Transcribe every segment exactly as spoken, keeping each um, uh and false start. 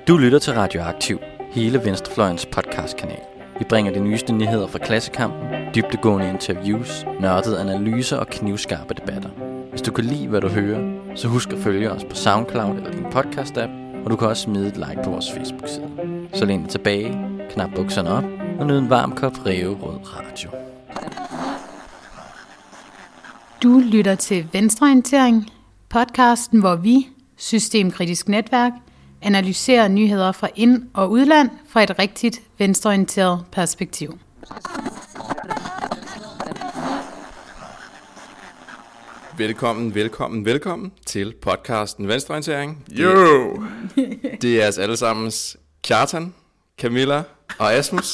Du lytter til Radioaktiv, hele Venstrefløjens podcastkanal. Vi bringer de nyeste nyheder fra klassekampen, dybdegående interviews, nørdede analyser og knivskarpe debatter. Hvis du kan lide, hvad du hører, så husk at følge os på SoundCloud eller din podcast-app, og du kan også smide et like på vores Facebook-side. Så læn dig tilbage, knap bukserne op og nyd en varm kop ræverød radio. Du lytter til Venstreorientering, podcasten, hvor vi, Systemkritisk Netværk, analyserer nyheder fra ind- og udland fra et rigtigt venstreorienteret perspektiv. Velkommen, velkommen, velkommen til podcasten Venstreorientering. Jo! Det, det er os allesammens Kjartan, Camilla og Asmus.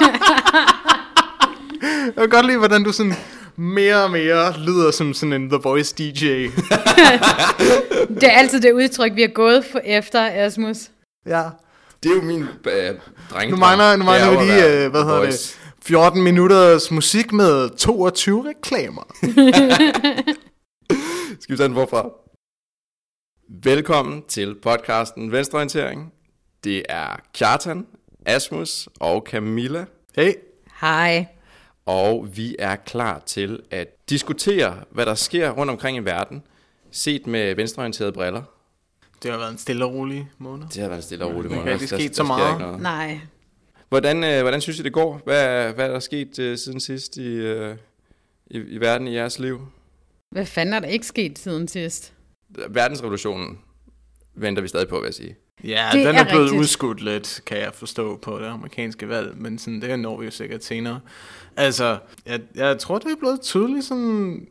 Jeg kan godt lide, hvordan du sådan mere og mere lyder som sådan en The Voice D J. Det er altid det udtryk, vi har gået for efter, Asmus. Ja. Det er jo min øh, dreng. Nu mangler, nu mangler vi lige, øh, hvad hedder voice. det, fjorten minutters musik med toogtyve reklamer. Skal vi tage den forfra? Velkommen til podcasten Venstreorientering. Det er Kjartan, Asmus og Camilla. Hey. Hej. Og vi er klar til at diskutere, hvad der sker rundt omkring i verden, set med venstreorienterede briller. Det har været en stille og rolig måned. Det har været en stille og rolig Det måned. har ikke Der- sket der så sker meget. ikke noget. Nej. Hvordan, øh, hvordan synes I det går? Hvad, hvad er der sket øh, siden sidst i, øh, i, i verden i jeres liv? Hvad fanden er der ikke sket siden sidst? Verdensrevolutionen venter vi stadig på, vil jeg sige. Ja, Det den er er blevet rigtigt. udskudt lidt, kan jeg forstå, på det amerikanske valg, men sådan, det når vi jo sikkert senere. Altså, jeg, jeg tror, det er blevet tydeligt, sådan,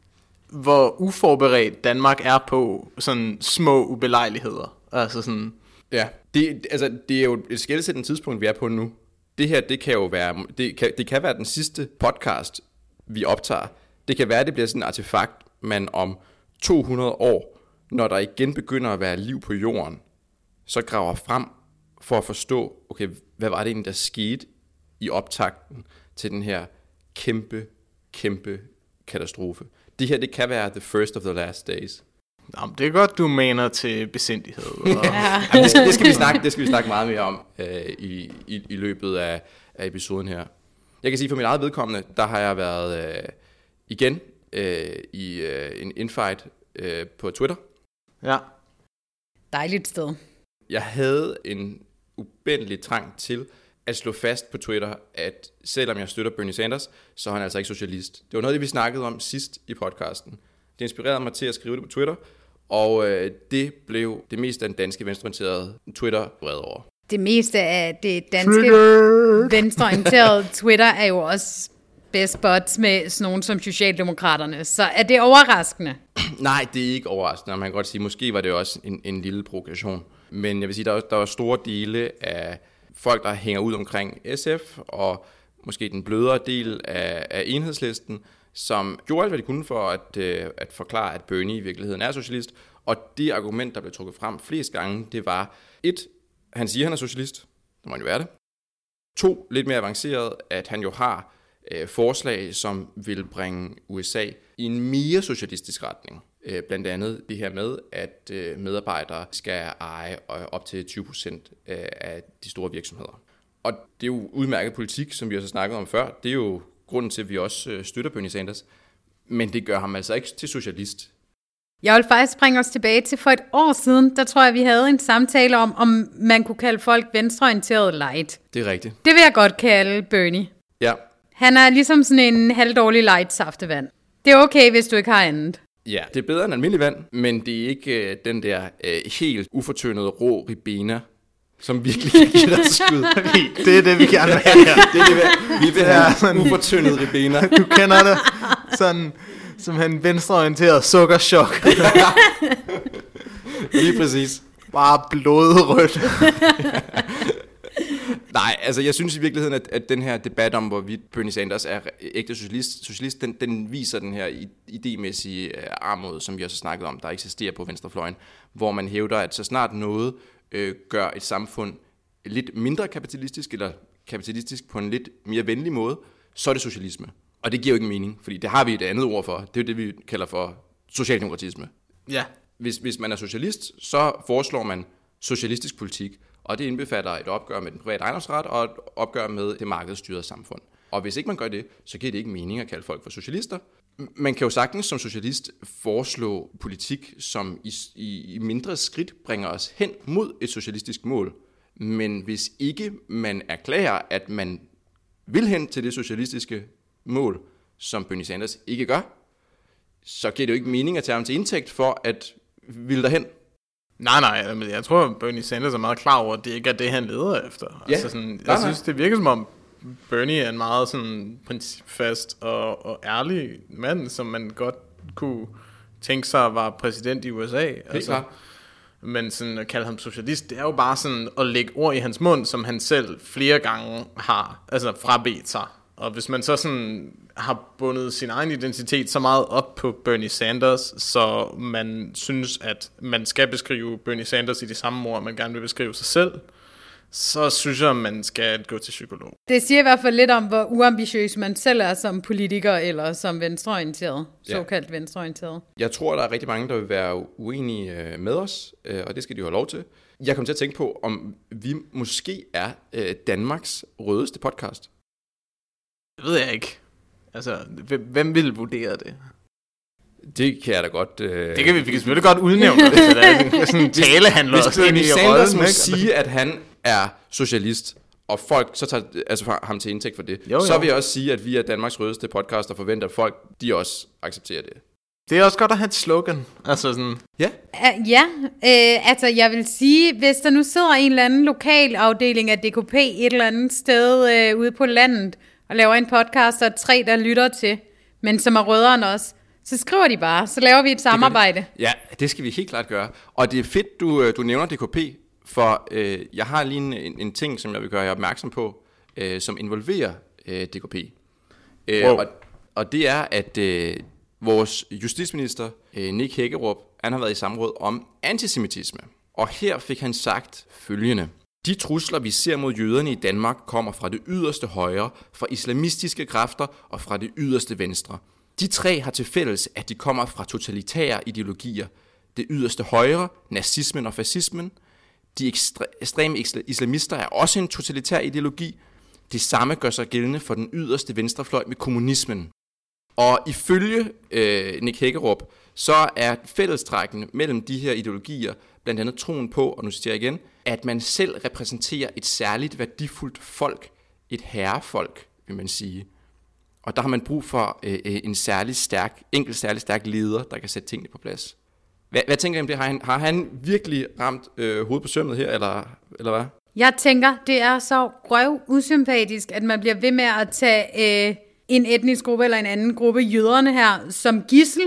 hvor uforberedt Danmark er på sådan små ubelejligheder. Altså sådan, Ja, det, altså, det er jo et skelsættende tidspunkt, vi er på nu. Det her, det kan jo være, det kan, det kan være den sidste podcast, vi optager. Det kan være, det bliver sådan en artefakt, man om to hundrede år, når der igen begynder at være liv på jorden, så graver frem for at forstå, okay, hvad var det egentlig, der skete i optakten til den her kæmpe, kæmpe katastrofe. Det her, det kan være the first of the last days. jamen, det er godt, du mener til besindighed. Og, Jamen, det, skal, det, skal vi snakke, det skal vi snakke meget mere om øh, i, i, i løbet af, af episoden her. Jeg kan sige, for mit eget vedkommende, der har jeg været øh, igen øh, i øh, en infight øh, på Twitter. ja. Dejligt sted. Jeg havde en ubændelig trang til at slå fast på Twitter, at selvom jeg støtter Bernie Sanders, så er han altså ikke socialist. Det var noget, det vi snakkede om sidst i podcasten. Det inspirerede mig til at skrive det på Twitter, og øh, det blev det meste af den danske venstreorienterede Twitter vred over. Det meste af det danske Triggered. venstreorienterede Twitter er jo også best buds med sådan nogen som Socialdemokraterne. Så er det overraskende? Nej, det er ikke overraskende, man kan godt sige, måske var det også en, en lille provokation. Men jeg vil sige, der er, der er store dele af folk, der hænger ud omkring S F, og måske den blødere del af, af enhedslisten, som gjorde alt, hvad de kunne for at, øh, at forklare, at Bernie i virkeligheden er socialist. Og det argument, der blev trukket frem flest gange, det var, et, han siger, han er socialist. Det må han jo være det. To, lidt mere avanceret, at han jo har øh, forslag, som vil bringe U S A i en mere socialistisk retning. Øh, blandt andet det her med, at øh, medarbejdere skal eje øh, op til tyve procent øh, af de store virksomheder. Og det er jo udmærket politik, som vi også har snakket om før. Det er jo grunden til, at vi også øh, støtter Bernie Sanders. Men det gør ham altså ikke til socialist. Jeg vil faktisk bringe os tilbage til for et år siden. Der tror jeg, vi havde en samtale om, om man kunne kalde folk venstreorienteret light. Det er rigtigt. Det vil jeg godt kalde Bernie. Ja. Han er ligesom sådan en halvdårlig light saftevand. Det er okay, hvis du ikke har andet. Ja, det er bedre end almindelig vand, men det er ikke øh, den der øh, helt ufortynede rå ribena, som virkelig kan give dig et skud. Det er det, vi gerne vil have her. Det er det, vi- vi vil have en ufortyndet ribena. Du kender det sådan som en venstreorienteret sukkerchok. Lige præcis. Bare blodrødt. Nej, altså jeg synes i virkeligheden, at, at den her debat om, hvorvidt Bernie Sanders er ægte socialist, socialist den, den viser den her idémæssige uh, armod, som vi også har snakket om, der eksisterer på venstrefløjen, hvor man hævder, at så snart noget øh, gør et samfund lidt mindre kapitalistisk, eller kapitalistisk på en lidt mere venlig måde, så er det socialisme. Og det giver jo ikke mening, fordi det har vi et andet ord for. Det er jo det, vi kalder for socialdemokratisme. Ja. Hvis, hvis man er socialist, så foreslår man socialistisk politik, Og det indbefatter et opgør med den private ejendomsret og et opgør med det markedsstyrede samfund. Og hvis ikke man gør det, så giver det ikke mening at kalde folk for socialister. Man kan jo sagtens som socialist foreslå politik, som i, i, i mindre skridt bringer os hen mod et socialistisk mål. Men hvis ikke man erklærer, at man vil hen til det socialistiske mål, som Bernie Sanders ikke gør, så giver det jo ikke mening at tage ham til indtægt for at ville derhen. Nej, nej, men jeg tror, Bernie Sanders er meget klar over, at det ikke er det, han leder efter. Ja. Altså sådan, jeg nej, synes, det virker som om, Bernie er en meget sådan principfast og, og ærlig mand, som man godt kunne tænke sig var præsident i U S A. Helt altså, klart. Men sådan at kalde ham socialist, det er jo bare sådan at lægge ord i hans mund, som han selv flere gange har altså frabedt sig. Og hvis man så sådan har bundet sin egen identitet så meget op på Bernie Sanders, så man synes, at man skal beskrive Bernie Sanders i de samme ord, man gerne vil beskrive sig selv, så synes jeg, man skal gå til psykolog. Det siger i hvert fald lidt om, hvor uambitiøs man selv er som politiker eller som venstreorienteret, Ja. såkaldt venstreorienteret. Jeg tror, der er rigtig mange, der vil være uenige med os, og det skal de jo have lov til. Jeg kom til at tænke på, om vi måske er Danmarks rødeste podcast. Det ved jeg ikke. Altså, hvem vil vurdere det? Det kan jeg da godt... Øh... Det kan vi, vi kan selvfølgelig godt udnævne det, så der er sådan en talehandler. Hvis Bernie Sanders må sige, at han er socialist, og folk så tager altså, ham til indtægt for det, jo, jo. så vil jeg også sige, at vi er Danmarks rødeste podcast, og forventer, at folk de også accepterer det. Det er også godt at have et slogan. Altså sådan... Ja. Uh, ja, uh, altså jeg vil sige, hvis der nu sidder en eller anden lokal afdeling af D K P et eller andet sted uh, ude på landet, og laver en podcast, og tre, der lytter til, men som er rødere end os, så skriver de bare, så laver vi et samarbejde. Det ja, det skal vi helt klart gøre. Og det er fedt, du, du nævner D K P, for øh, jeg har lige en, en ting, som jeg vil gøre jer opmærksom på, øh, som involverer øh, D K P. Øh, wow. og, og det er, at øh, vores justitsminister, øh, Nick Hækkerup, han har været i samråd om antisemitisme. Og her fik han sagt følgende. De trusler, vi ser mod jøderne i Danmark, kommer fra det yderste højre, fra islamistiske kræfter og fra det yderste venstre. De tre har til fælles, at de kommer fra totalitære ideologier. Det yderste højre, nazismen og fascismen. De ekstre- ekstreme islamister er også en totalitær ideologi. Det samme gør sig gældende for den yderste venstrefløj med kommunismen. Og ifølge øh, Nick Hækkerup, så er fællestrækken mellem de her ideologier blandt andet troen på, og nu citerer jeg igen, at man selv repræsenterer et særligt værdifuldt folk, et herrefolk, vil man sige. Og der har man brug for øh, en særlig stærk, enkelt særlig stærk leder, der kan sætte tingene på plads. Hvad, hvad tænker I om det? Har han, har han virkelig ramt øh, hovedet på sømmet her, eller, eller hvad? Jeg tænker, det er så røv usympatisk, at man bliver ved med at tage øh, en etnisk gruppe eller en anden gruppe jøderne her som gidsel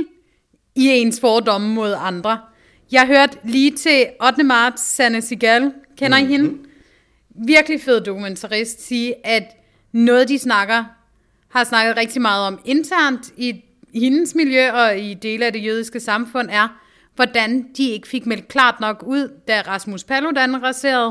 i ens fordomme mod andre. Jeg hørte lige til ottende marts Sanne Sigal, kender I mm-hmm. hende? Virkelig fed dokumentarist, sige, at noget de snakker, har snakket rigtig meget om internt i hendes miljø og i dele af det jødiske samfund, er, hvordan de ikke fik meldt klart nok ud, da Rasmus Paludan raserede,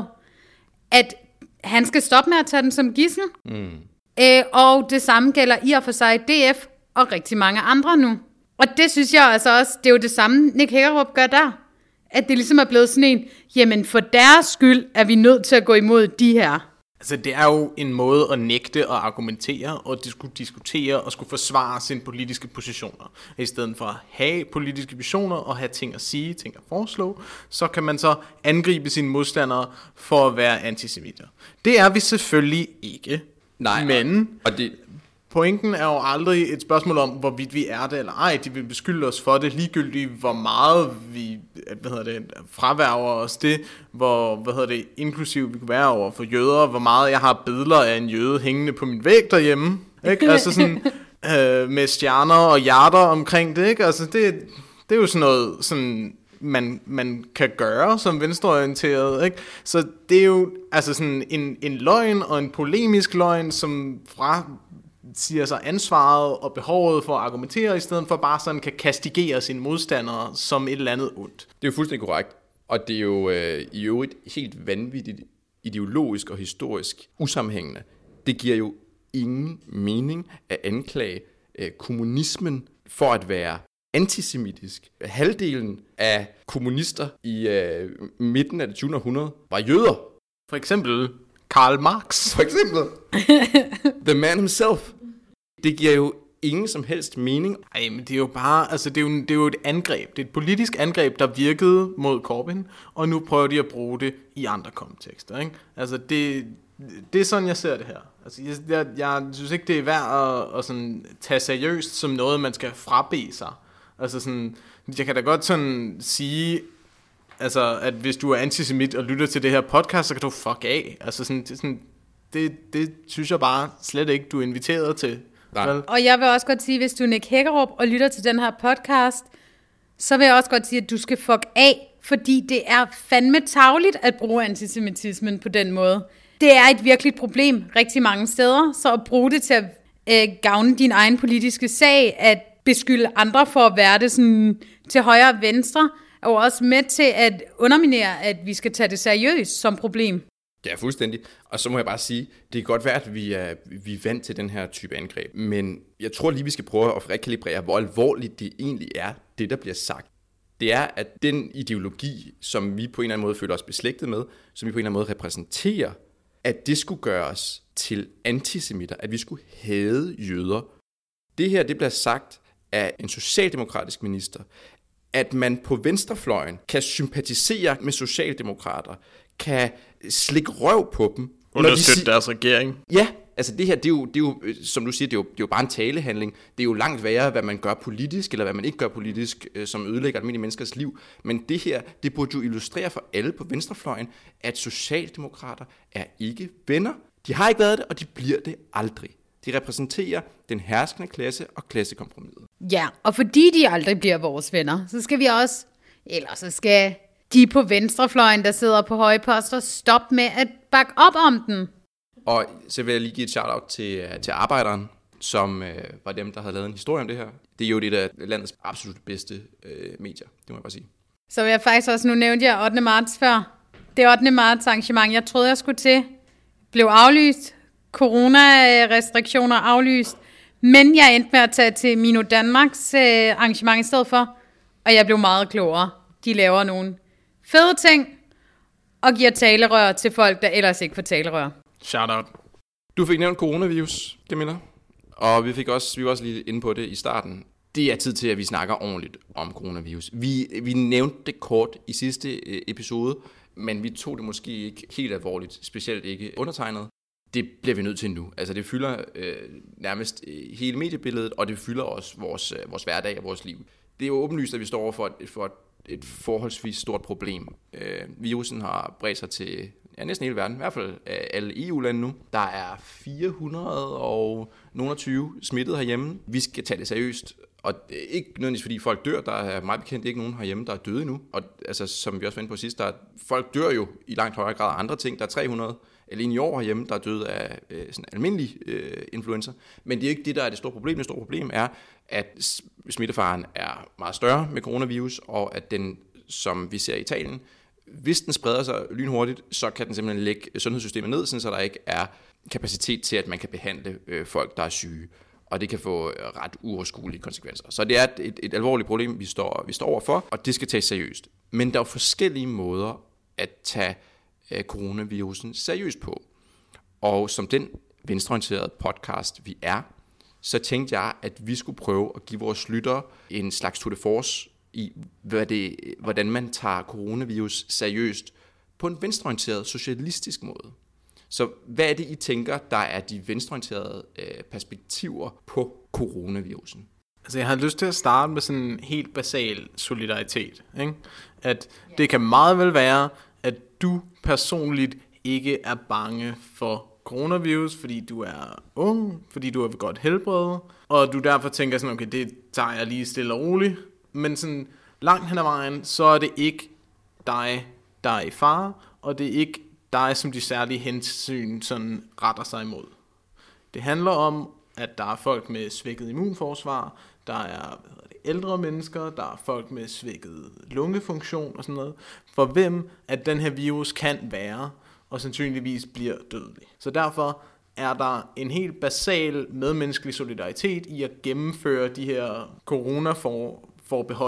at han skal stoppe med at tage den som gidsel. Mm. Æ, og det samme gælder i og for sig D F og rigtig mange andre nu. Og det synes jeg altså også, det er jo det samme, Nick Hækkerup gør der. At det ligesom er blevet sådan en, jamen for deres skyld er vi nødt til at gå imod de her. Altså det er jo en måde at nægte og argumentere og disku- diskutere og skulle forsvare sine politiske positioner. I stedet for at have politiske visioner og have ting at sige, ting at foreslå, så kan man så angribe sine modstandere for at være antisemitter. Det er vi selvfølgelig ikke. Nej, men og det... pointen er jo aldrig et spørgsmål om, hvorvidt vi er det eller ej. De vil beskylde os for det, ligegyldigt hvor meget vi hvad hedder det, fraværger os det, hvor hvad hedder det, inklusiv vi kunne være over for jøder, hvor meget jeg har billeder af en jøde hængende på min væg derhjemme. Ikke? Altså sådan, øh, med stjerner og hjerter omkring det. Ikke? Altså det, det er jo sådan noget, sådan, man, man kan gøre som venstreorienteret. Ikke? Så det er jo altså sådan en, en løgn og en polemisk løgn, som fra siger sig ansvaret og behovet for at argumentere, i stedet for bare sådan kan kastigere sine modstandere som et eller andet ondt. Det er jo fuldstændig korrekt, og det er jo øh, i øvrigt helt vanvittigt ideologisk og historisk usammenhængende. Det giver jo ingen mening at anklage øh, kommunismen for at være antisemitisk. Halvdelen af kommunister i øh, midten af det tyvende århundrede var jøder. For eksempel Karl Marx. For eksempel. The man himself. Det giver jo ingen som helst mening. Ej, men det er jo bare, altså det er jo, det er jo et angreb. Det er et politisk angreb, der virkede mod Corbyn, og nu prøver de at bruge det i andre kontekster, ikke? Altså det, det er sådan, jeg ser det her. Altså jeg, jeg, jeg synes ikke, det er værd at, at sådan tage seriøst som noget, man skal frabede sig. Altså sådan, jeg kan da godt sådan sige, altså at hvis du er antisemit og lytter til det her podcast, så kan du fuck af. Altså sådan, det, sådan, det, det synes jeg bare slet ikke, du er inviteret til. Nej. Og jeg vil også godt sige, hvis du er Nick Hækkerup og lytter til den her podcast, så vil jeg også godt sige, at du skal fuck af, fordi det er fandme tarveligt at bruge antisemitismen på den måde. Det er et virkeligt problem rigtig mange steder, så at bruge det til at øh, gavne din egen politiske sag, at beskylde andre for at være det sådan til højre og venstre, er jo også med til at underminere, at vi skal tage det seriøst som problem. Ja, fuldstændig. Og så må jeg bare sige, det er godt værd, at vi er, vi er vant til den her type angreb. Men jeg tror lige, vi skal prøve at rekalibrere, hvor alvorligt det egentlig er, det der bliver sagt. Det er, at den ideologi, som vi på en eller anden måde føler os beslægtet med, som vi på en eller anden måde repræsenterer, at det skulle gøre os til antisemitter, at vi skulle hade jøder. Det her, det bliver sagt af en socialdemokratisk minister, at man på venstrefløjen kan sympatisere med socialdemokrater, kan slikke røv på dem. Understøtte de deres regering. Ja, altså det her, det er, jo, det er jo, som du siger, det er, jo, det er jo bare en talehandling. Det er jo langt værre, hvad man gør politisk, eller hvad man ikke gør politisk, som ødelægger almindelige menneskers liv. Men det her, det burde jo illustrere for alle på venstrefløjen, at socialdemokrater er ikke venner. De har ikke været det, og de bliver det aldrig. De repræsenterer den herskende klasse og klassekompromiset. Ja, og fordi de aldrig bliver vores venner, så skal vi også, eller så skal de på venstrefløjen, der sidder på høje poster, stoppe med at bakke op om den. Og så vil jeg lige give et shout-out til, til Arbejderen, som øh, var dem, der havde lavet en historie om det her. Det er jo det der landets absolut bedste øh, medier, det må jeg bare sige. Så vil jeg faktisk også, nu nævnte jeg ottende marts før. Det ottende marts arrangement, jeg troede, jeg skulle til, blev aflyst. Corona-restriktioner aflyst. Men jeg endte med at tage til Mino Danmarks øh, arrangement i stedet for. Og jeg blev meget klogere. De laver nogle fede ting og giver talerør til folk, der ellers ikke får talerør. Shout out. Du fik nævnt coronavirus, Camilla. Og vi fik også, vi var også lige inde på det i starten. Det er tid til, at vi snakker ordentligt om coronavirus. Vi, vi nævnte det kort i sidste episode, men vi tog det måske ikke helt alvorligt, specielt ikke undertegnet. Det bliver vi nødt til nu. Altså det fylder øh, nærmest hele mediebilledet, og det fylder også vores, øh, vores hverdag og vores liv. Det er jo åbenlyst, at vi står over for et, for et, et forholdsvis stort problem. Øh, virusen har bredt sig til ja, næsten hele verden, i hvert fald alle E U-lande nu. Der er fire hundrede og tyve smittet herhjemme. Vi skal tage det seriøst. Og ikke nødvendigvis fordi folk dør, der er meget bekendt ikke nogen herhjemme, der er døde endnu. Og altså, som vi også var inde på sidst, der er, folk dør jo i langt højere grad af andre ting. Der er tre hundrede alene i år herhjemme, der er døde af øh, sådan almindelig øh, influenza. Men det er ikke det, der er det store problem. Det store problem er, at smittefaren er meget større med coronavirus, og at den, som vi ser i Italien, hvis den spreder sig lynhurtigt, så kan den simpelthen lægge sundhedssystemet ned, så der ikke er kapacitet til, at man kan behandle øh, folk, der er syge. Og det kan få ret uoverskuelige konsekvenser. Så det er et, et, et alvorligt problem, vi står, vi står overfor, og det skal tages seriøst. Men der er forskellige måder at tage øh, coronavirusen seriøst på. Og som den venstreorienterede podcast, vi er, så tænkte jeg, at vi skulle prøve at give vores lyttere en slags tour de force i, hvad det, hvordan man tager coronavirus seriøst på en venstreorienteret socialistisk måde. Så hvad er det, I tænker, der er de venstreorienterede øh, perspektiver på coronavirusen? Altså, jeg har lyst til at starte med sådan en helt basal solidaritet, ikke? At det kan meget vel være, at du personligt ikke er bange for coronavirus, fordi du er ung, fordi du er ved godt helbred, og du derfor tænker sådan, okay, det tager jeg lige stille og roligt. Men sådan langt hen ad vejen, så er det ikke dig, der er i fare, og det er ikke dig, som de særlige hensyn sådan retter sig imod. Det handler om, at der er folk med svækket immunforsvar, der er hvad hedder det, ældre mennesker, der er folk med svækket lungefunktion og sådan noget, for hvem at den her virus kan være, og sandsynligvis bliver dødelig. Så derfor er der en helt basal medmenneskelig solidaritet i at gennemføre de her coronaforbehold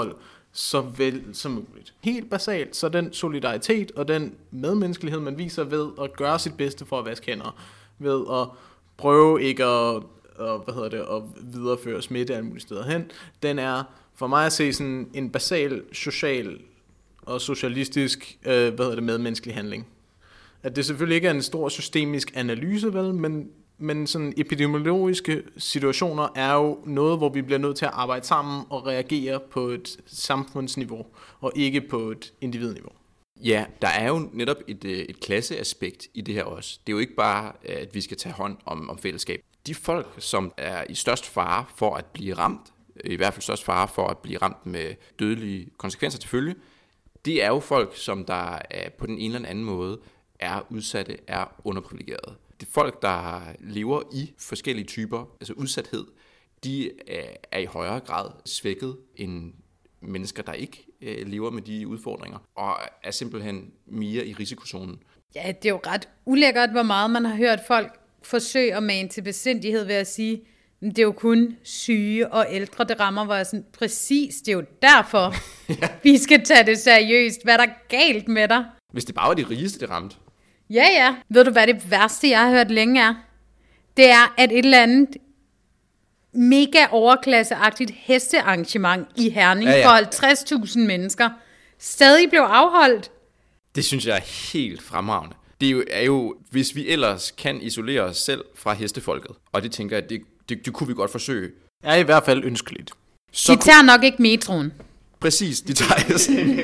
så vel som muligt. Helt basalt, så den solidaritet og den medmenneskelighed, man viser ved at gøre sit bedste for at vaske hænder, ved at prøve ikke at, at, hvad hedder det, at videreføre smitte alle mulige steder hen, den er for mig at se sådan en basal social og socialistisk øh, hvad hedder det, medmenneskelig handling. At det selvfølgelig ikke er en stor systemisk analyse, vel, men, men sådan epidemiologiske situationer er jo noget, hvor vi bliver nødt til at arbejde sammen og reagere på et samfundsniveau, og ikke på et individniveau. Ja, der er jo netop et, et klasseaspekt i det her også. Det er jo ikke bare, at vi skal tage hånd om, om fællesskab. De folk, som er i størst fare for at blive ramt, i hvert fald størst fare for at blive ramt med dødelige konsekvenser til følge, det er jo folk, som der er på den ene eller anden måde er udsatte, er underprivilegerede. Det er folk, der lever i forskellige typer, altså udsathed, de er i højere grad svækket end mennesker, der ikke lever med de udfordringer, og er simpelthen mere i risikozonen. Ja, det er jo ret ulækkert, hvor meget man har hørt folk forsøge at mane til besindighed ved at sige, det er jo kun syge og ældre, det rammer, hvor jeg sådan, præcis, det er jo derfor, ja. Vi skal tage det seriøst. Hvad er der galt med dig? Hvis det bare var de rigeste, det ramte. Ja, ja. Ved du, hvad det værste, jeg har hørt længe er? Det er, at et eller andet mega overklasseagtigt hestearrangement i Herning ja, ja. for halvtreds tusind mennesker stadig blev afholdt. Det synes jeg er helt fremragende. Det er jo, er jo, hvis vi ellers kan isolere os selv fra hestefolket, og det tænker jeg, det, det, det kunne vi godt forsøge. Er i hvert fald ønskeligt. Så de tager nok ikke metroen. Præcis, de tager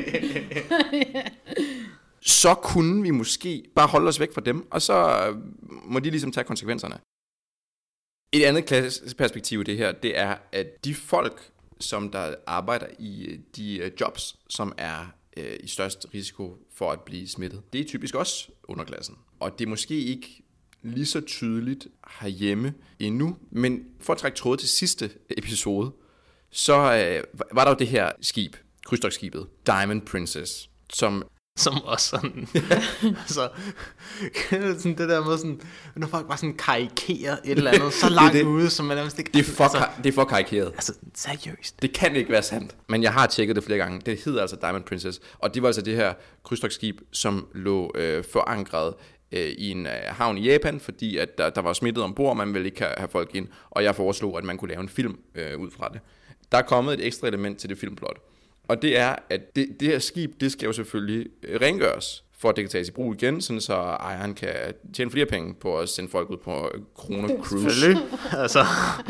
Så kunne vi måske bare holde os væk fra dem, og så må de ligesom tage konsekvenserne. Et andet klasseperspektiv i det her, det er, at de folk, som der arbejder i de jobs, som er øh, i størst risiko for at blive smittet, det er typisk også underklassen. Og det er måske ikke lige så tydeligt herhjemme endnu, men for at trække tråd til sidste episode, så øh, var der jo det her skib, krydstogtskibet, Diamond Princess, som som også sådan, altså, sådan det der med sådan, når folk bare sådan karikerer et eller andet, så langt det, ude, som man nærmest ikke... Det er for, altså, det er for karikeret. Altså, seriøst. Det kan ikke være sandt. Men jeg har tjekket det flere gange. Det hedder altså Diamond Princess, og det var altså det her krydstogtskib, som lå øh, forankret øh, i en øh, havn i Japan, fordi at der, der var smittet ombord, og man ville ikke have, have folk ind, og jeg foreslog, at man kunne lave en film øh, ud fra det. Der er kommet et ekstra element til det filmplot. Og det er, at det, det her skib, det skal jo selvfølgelig rengøres, for at det kan tages i brug igen, sådan så ejeren kan tjene flere penge på at sende folk ud på Corona Cruise. altså.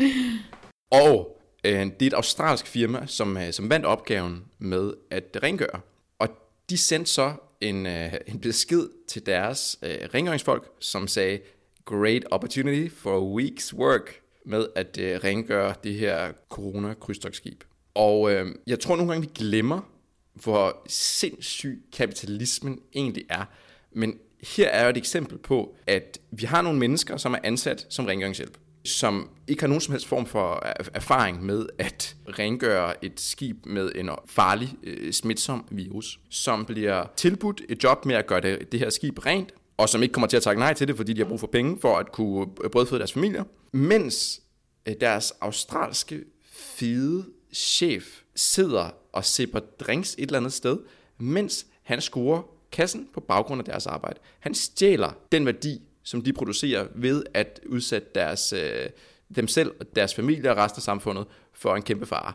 Og øh, det er et australsk firma, som, som vandt opgaven med at rengøre. Og de sendte så en, øh, en besked til deres øh, rengøringsfolk, som sagde, great opportunity for a week's work, med at øh, rengøre det her Corona krydstogtskib. Og øh, jeg tror nogle gange, vi glemmer, hvor sindssyg kapitalismen egentlig er. Men her er jo et eksempel på, at vi har nogle mennesker, som er ansat som rengøringshjælp, som ikke har nogen som helst form for erfaring med at rengøre et skib med en farlig, øh, smitsom virus, som bliver tilbudt et job med at gøre det, det her skib rent, og som ikke kommer til at takke nej til det, fordi de har brug for penge for at kunne brødføde deres familier, mens øh, deres australske fede chef sidder og sipper drinks et eller andet sted, mens han scorer kassen på baggrund af deres arbejde. Han stjæler den værdi, som de producerer ved at udsætte deres, øh, dem selv, deres familie og resten af samfundet for en kæmpe fare.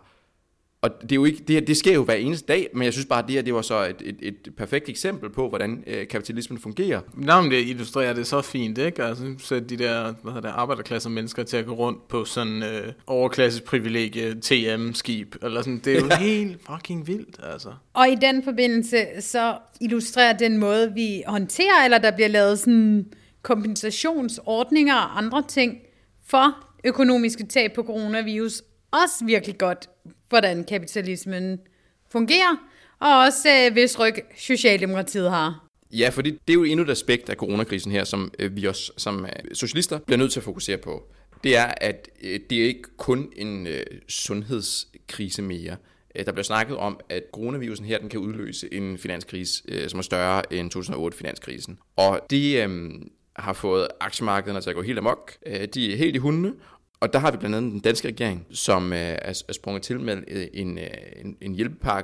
Og det, er jo ikke, det, det sker jo hver eneste dag, men jeg synes bare, at det her det var så et, et, et perfekt eksempel på, hvordan øh, kapitalismen fungerer. Nå, men det illustrerer det så fint, ikke? Altså, så de der hvad hedder det, arbejderklasse mennesker til at gå rundt på sådan øh, overklassesprivilegie T M-skib, eller sådan, det er jo ja. helt fucking vildt, altså. Og i den forbindelse, så illustrerer den måde, vi håndterer, eller der bliver lavet sådan kompensationsordninger og andre ting for økonomiske tab på coronavirus, også virkelig godt, hvordan kapitalismen fungerer, og også øh, hvis ryg Socialdemokratiet har. Ja, fordi det er jo endnu et aspekt af coronakrisen her, som øh, vi også som øh, socialister bliver nødt til at fokusere på. Det er, at øh, det er ikke kun en øh, sundhedskrise mere. Øh, der bliver snakket om, at coronavirusen her den kan udløse en finanskrise, øh, som er større end to tusind og otte-finanskrisen. Og det øh, har fået aktiemarkederne til at gå helt amok. Øh, de er helt i hundene. Og der har vi blandt andet den danske regering, som øh, er sprunget til med en, en, en hjælpepakke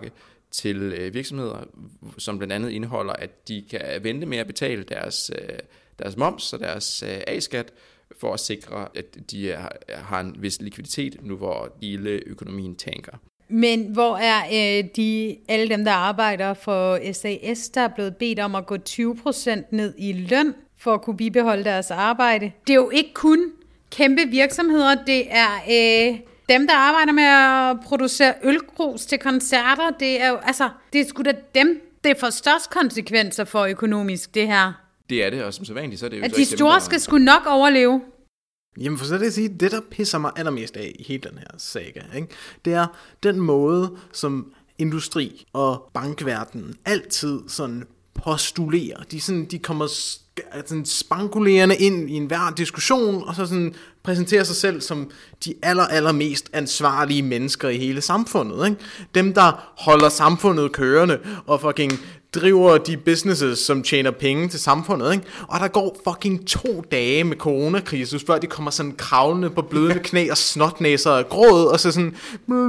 til øh, virksomheder, som blandt andet indeholder, at de kan vente med at betale deres, øh, deres moms og deres øh, A-skat, for at sikre, at de er, har en vis likviditet, nu hvor hele økonomien tanker. Men hvor er øh, de, alle dem, der arbejder for S A S, der er blevet bedt om at gå tyve procent ned i løn, for at kunne bibeholde deres arbejde? Det er jo ikke kun kæmpe virksomheder, det er øh, dem, der arbejder med at producere ølgrus til koncerter. Det er jo, altså, det er sgu da dem, det får størst konsekvenser for økonomisk, det her. Det er det, og som så vanligt, så er det jo at så de store der... skal sgu nok overleve. Jamen for så det at sige, det der pisser mig allermest af i hele den her saga, ikke? Det er den måde, som industri og bankverdenen altid sådan postulerer. De, sådan, de kommer sådan spankulerende ind i enhver diskussion, og så sådan præsenterer sig selv som de aller, aller mest ansvarlige mennesker i hele samfundet. Ikke? Dem, der holder samfundet kørende, og fucking driver de businesses, som tjener penge til samfundet. Ikke? Og der går fucking to dage med coronakrise, før de kommer sådan kravlende på blødende knæ og snotnæser og gråd, og så sådan,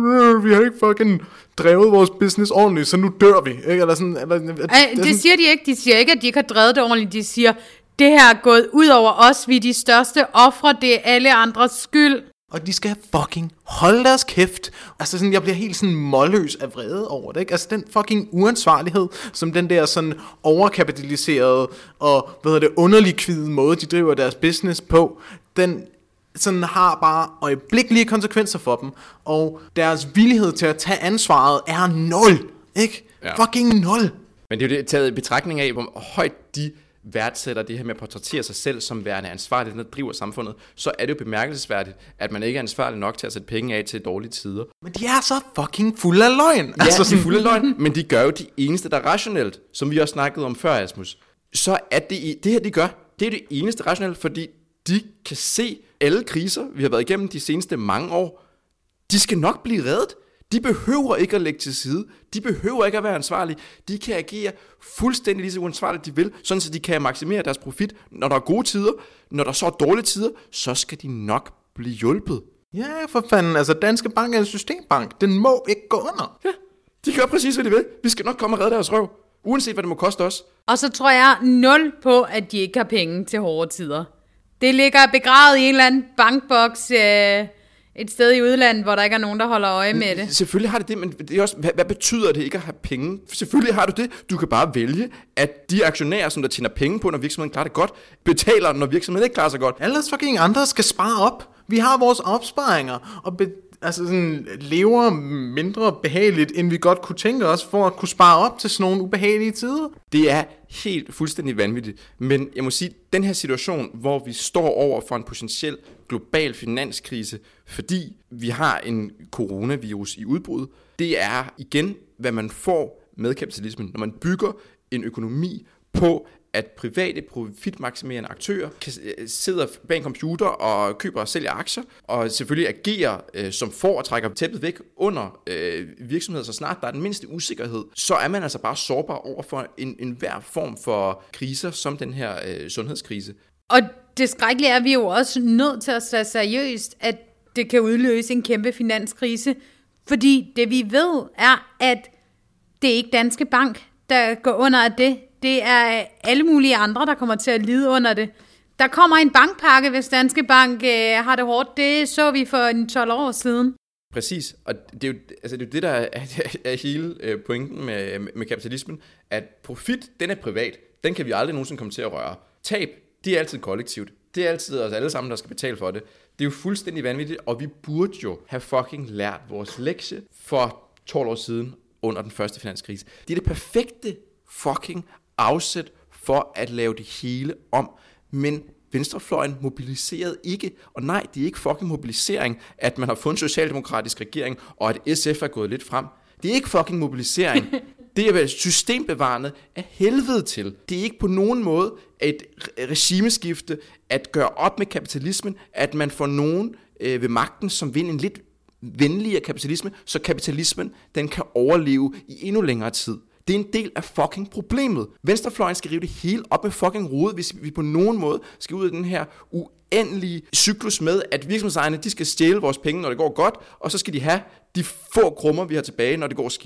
vi har ikke fucking drevet vores business ordentligt, så nu dør vi. Ikke? Eller sådan, eller, Ej, det sådan... siger de ikke. De siger ikke, at de ikke har drevet det ordentligt. De siger, det her er gået ud over os. Vi er de største ofre. Det er alle andres skyld. Og de skal fucking holde deres kæft. Altså sådan, jeg bliver helt sådan målløs af vrede over det, ikke? Altså den fucking uansvarlighed, som den der sådan overkapitaliserede og, hvad hedder det, underlikvide måde, de driver deres business på, den sådan har bare øjeblikkelige konsekvenser for dem, og deres villighed til at tage ansvaret er nul, ikke? Ja. Fucking nul. Men det er jo det taget i betragtning af, hvor højt de værdsætter det her med at portrættere sig selv som værende ansvarlig, der driver samfundet, så er det jo bemærkelsesværdigt, at man ikke er ansvarlig nok til at sætte penge af til dårlige tider. Men de er så fucking fulde af løgn. Ja, altså, de er fulde af løgn, men de gør jo det eneste, der er rationelt, som vi også snakkede om før, Asmus. Så er det, det her, de gør, det er det eneste rationelt, fordi de kan se alle kriser, vi har været igennem de seneste mange år. De skal nok blive reddet. De behøver ikke at lægge til side. De behøver ikke at være ansvarlige. De kan agere fuldstændig lige så uansvarligt de vil, sådan så de kan maksimere deres profit. Når der er gode tider, når der så er dårlige tider, så skal de nok blive hjulpet. Ja, for fanden. Altså, Danske Bank er en systembank. Den må ikke gå under. Ja, de gør præcis, hvad de vil. Vi skal nok komme og redde deres røv, uanset hvad det må koste os. Og så tror jeg nul på, at de ikke har penge til hårde tider. Det ligger begravet i en eller anden bankboks øh, et sted i udlandet, hvor der ikke er nogen, der holder øje med det. Selvfølgelig har det det, men det er også, hvad, hvad betyder det ikke at have penge? Selvfølgelig har du det. Du kan bare vælge, at de aktionærer, som der tjener penge på, når virksomheden klarer det godt, betaler, når virksomheden ikke klarer sig godt. Alle fucking andre skal spare op. Vi har vores opsparinger, og be- altså sådan, lever mindre behageligt, end vi godt kunne tænke os, for at kunne spare op til sådan nogle ubehagelige tider. Det er helt fuldstændig vanvittigt. Men jeg må sige, den her situation, hvor vi står over for en potentiel global finanskrise, fordi vi har en coronavirus i udbrud, det er igen, hvad man får med kapitalismen, når man bygger en økonomi på, at private profitmaksimerende aktører kan sidde bag en computer og køber og sælger aktier, og selvfølgelig agerer øh, som for og trækker tæppet væk under øh, virksomheder, så snart der er den mindste usikkerhed, så er man altså bare sårbar over for en, en hver form for kriser, som den her øh, sundhedskrise. Og det skrækkelige er, at vi jo også nødt til at tage seriøst, at det kan udløse en kæmpe finanskrise, fordi det vi ved er, at det er ikke Danske Bank, der går under af det. Det er alle mulige andre, der kommer til at lide under det. Der kommer en bankpakke, hvis Danske Bank øh, har det hårdt. Det så vi for tolv år siden. Præcis, og det er jo, altså det, er jo det, der er, er hele pointen med, med kapitalismen, at profit, den er privat. Den kan vi aldrig nogensinde komme til at røre. Tab, det er altid kollektivt. Det er altid os alle sammen, der skal betale for det. Det er jo fuldstændig vanvittigt, og vi burde jo have fucking lært vores lektie for tolv år siden under den første finanskrise. Det er det perfekte fucking afsæt for at lave det hele om, men venstrefløjen mobiliserede ikke, og nej, det er ikke fucking mobilisering, at man har fået en socialdemokratisk regering, og at S F er gået lidt frem. Det er ikke fucking mobilisering. Det er systembevarende af helvede til. Det er ikke på nogen måde et regimeskifte at gøre op med kapitalismen, at man får nogen øh, ved magten, som vinder en lidt venligere kapitalisme, så kapitalismen den kan overleve i endnu længere tid. Det er en del af fucking problemet. Venstrefløjen skal rive det hele op med fucking rode, hvis vi på nogen måde skal ud af den her uendelige cyklus med, at virksomhedsejerne, de skal stjæle vores penge, når det går godt, og så skal de have de få krummer, vi har tilbage, når det går skidt.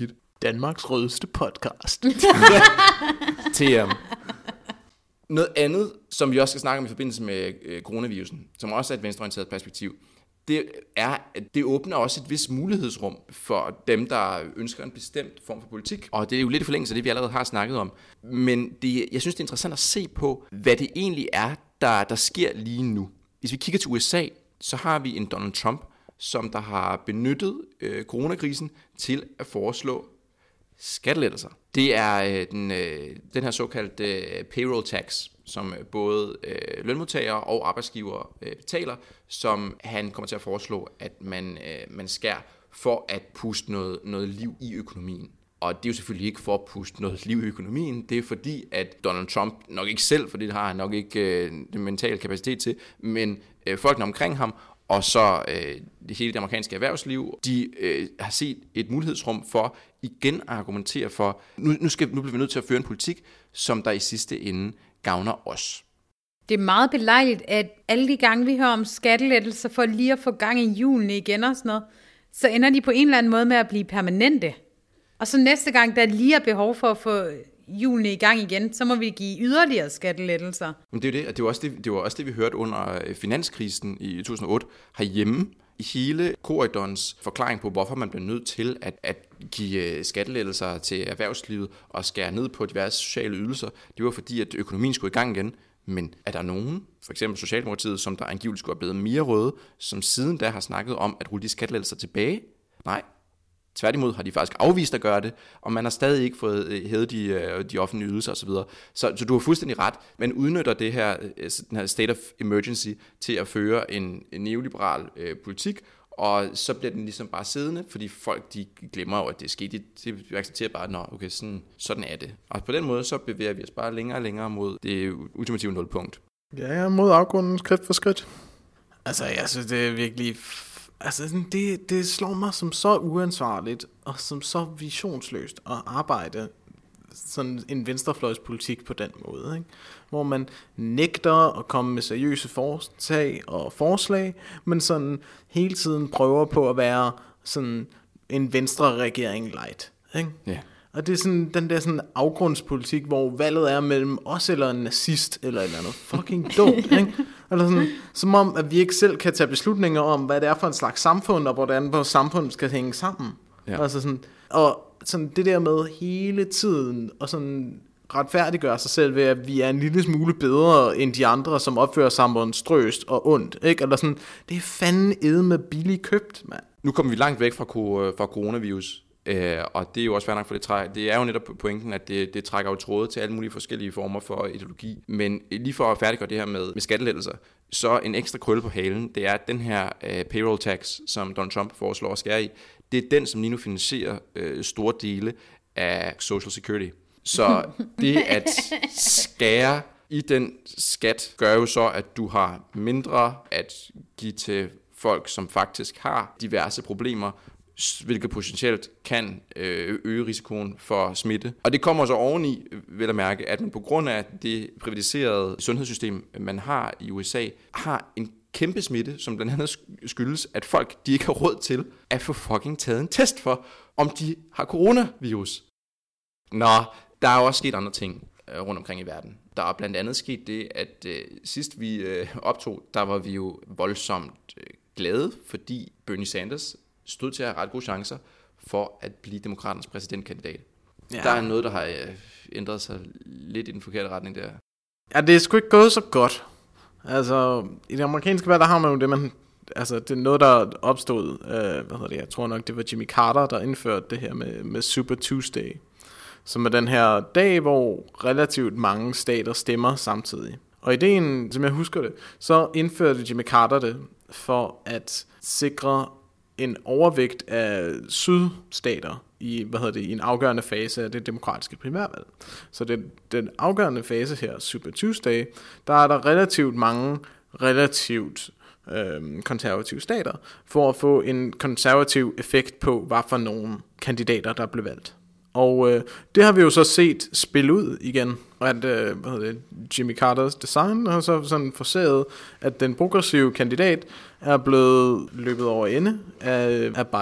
Danmarks rødeste podcast. T M. Noget andet, som vi også skal snakke om i forbindelse med øh, coronavirusen, som også er et venstreorienteret perspektiv, det er, at det åbner også et vis mulighedsrum for dem, der ønsker en bestemt form for politik. Og det er jo lidt i forlængelse af det, vi allerede har snakket om. Men det, jeg synes, det er interessant at se på, hvad det egentlig er, der, der sker lige nu. Hvis vi kigger til U S A, så har vi en Donald Trump, som der har benyttet øh, coronakrisen til at foreslå skattelettelser. Det er øh, den, øh, den her såkaldte øh, payroll tax, som øh, både øh, lønmodtagere og arbejdsgivere øh, betaler, som han kommer til at foreslå, at man, øh, man skærer for at puste noget, noget liv i økonomien. Og det er jo selvfølgelig ikke for at puste noget liv i økonomien, det er fordi, at Donald Trump, nok ikke selv, for det har han nok ikke øh, den mentale kapacitet til, men øh, folkene omkring ham, og så øh, det hele det amerikanske erhvervsliv, de øh, har set et mulighedsrum for igen at argumentere for, nu, nu, skal, nu bliver vi nødt til at føre en politik, som der i sidste ende gavner os. Det er meget belejligt, at alle de gange, vi hører om skattelettelser for lige at få gang i hjulene igen og sådan noget, så ender de på en eller anden måde med at blive permanente. Og så næste gang, der lige er behov for at få hjulene i gang igen, så må vi give yderligere skattelettelser. Men det er jo det, og det var også det, det var også det, vi hørte under finanskrisen i to tusind og otte herhjemme. I hele Corydons forklaring på, hvorfor man bliver nødt til at, at give skattelettelser til erhvervslivet og skære ned på diverse sociale ydelser, det var fordi, at økonomien skulle i gang igen. Men er der nogen, for eksempel Socialdemokratiet, som der angiveligt skulle have blevet mere røde, som siden da har snakket om at rulle de skattelettelser tilbage? Nej. Tværtimod har de faktisk afvist at gøre det, og man har stadig ikke fået hævet de, de offentlige ydelser osv. Så, så du har fuldstændig ret. Man udnytter det her, den her state of emergency til at føre en, en neoliberal øh, politik, og så bliver den ligesom bare siddende, fordi folk de glemmer jo, at det er sket. De, de accepterer bare, at okay, sådan, sådan er det. Og på den måde så bevæger vi os bare længere og længere mod det ultimative nulpunkt. Ja, ja, mod afgrunden skridt for skridt. Altså, jeg synes, det er virkelig... Altså, det, det slår mig som så uansvarligt og som så visionsløst at arbejde sådan en venstrefløjspolitik på den måde, ikke? Hvor man nægter at komme med seriøse forslag og forslag, men sådan hele tiden prøver på at være sådan en venstre-regering light, ikke? Ja. Og det er sådan den der sådan afgrundspolitik, hvor valget er mellem os eller en nazist eller et eller andet fucking dumt, ikke? Eller sådan, som om, at vi ikke selv kan tage beslutninger om, hvad det er for en slags samfund, og hvordan vores samfund skal hænge sammen. Ja. Altså sådan, og sådan det der med hele tiden, og sådan retfærdiggøre sig selv ved, at vi er en lille smule bedre end de andre, som opfører samfundet strøst og ondt, ikke? Eller sådan, det er fandme edde med billig købt, mand. Nu kommer vi langt væk fra, fra coronavirus. Uh, og det er jo også fair nok for det træ. Det er jo netop pointen, at det, det trækker jo tråde til alle mulige forskellige former for ideologi. Men lige for at færdiggøre det her med, med skattelettelser, så en ekstra krølle på halen, det er, at den her uh, payroll tax, som Donald Trump foreslår at skære i, det er den, som lige nu finansierer uh, store dele af Social Security. Så det at skære i den skat, gør jo så, at du har mindre at give til folk, som faktisk har diverse problemer, hvilket potentielt kan øge risikoen for smitte. Og det kommer så oveni, vil jeg mærke, at man på grund af det privatiserede sundhedssystem, man har i U S A, har en kæmpe smitte, som blandt andet skyldes, at folk de ikke har råd til at få fucking taget en test for, om de har coronavirus. Nå, der er også sket andre ting rundt omkring i verden. Der er blandt andet sket det, at øh, sidst vi øh, optog, der var vi jo voldsomt øh, glade, fordi Bernie Sanders stod til at have ret gode chancer for at blive demokraternes præsidentkandidat. Ja. Der er noget, der har øh, ændret sig lidt i den forkerte retning der. Ja, det er sgu ikke gået så godt. Altså, i det amerikanske valg, der har man jo det, man... Altså, det er noget, der opstod... Øh, hvad hedder det? Jeg tror nok, det var Jimmy Carter, der indførte det her med, med Super Tuesday. Som er den her dag, hvor relativt mange stater stemmer samtidig. Og ideen, som jeg husker det, så indførte Jimmy Carter det for at sikre en overvægt af sydstater i, hvad hedder det, i en afgørende fase af det demokratiske primærvalg. Så det, den afgørende fase her, Super Tuesday, der er der relativt mange relativt øh, konservative stater, for at få en konservativ effekt på, hvad for nogle kandidater, der blev valgt. Og øh, det har vi jo så set spille ud igen, og at øh, hvad hedder det, Jimmy Carters design har så sådan forseret, at den progressive kandidat er blevet løbet over ende af, af Biden.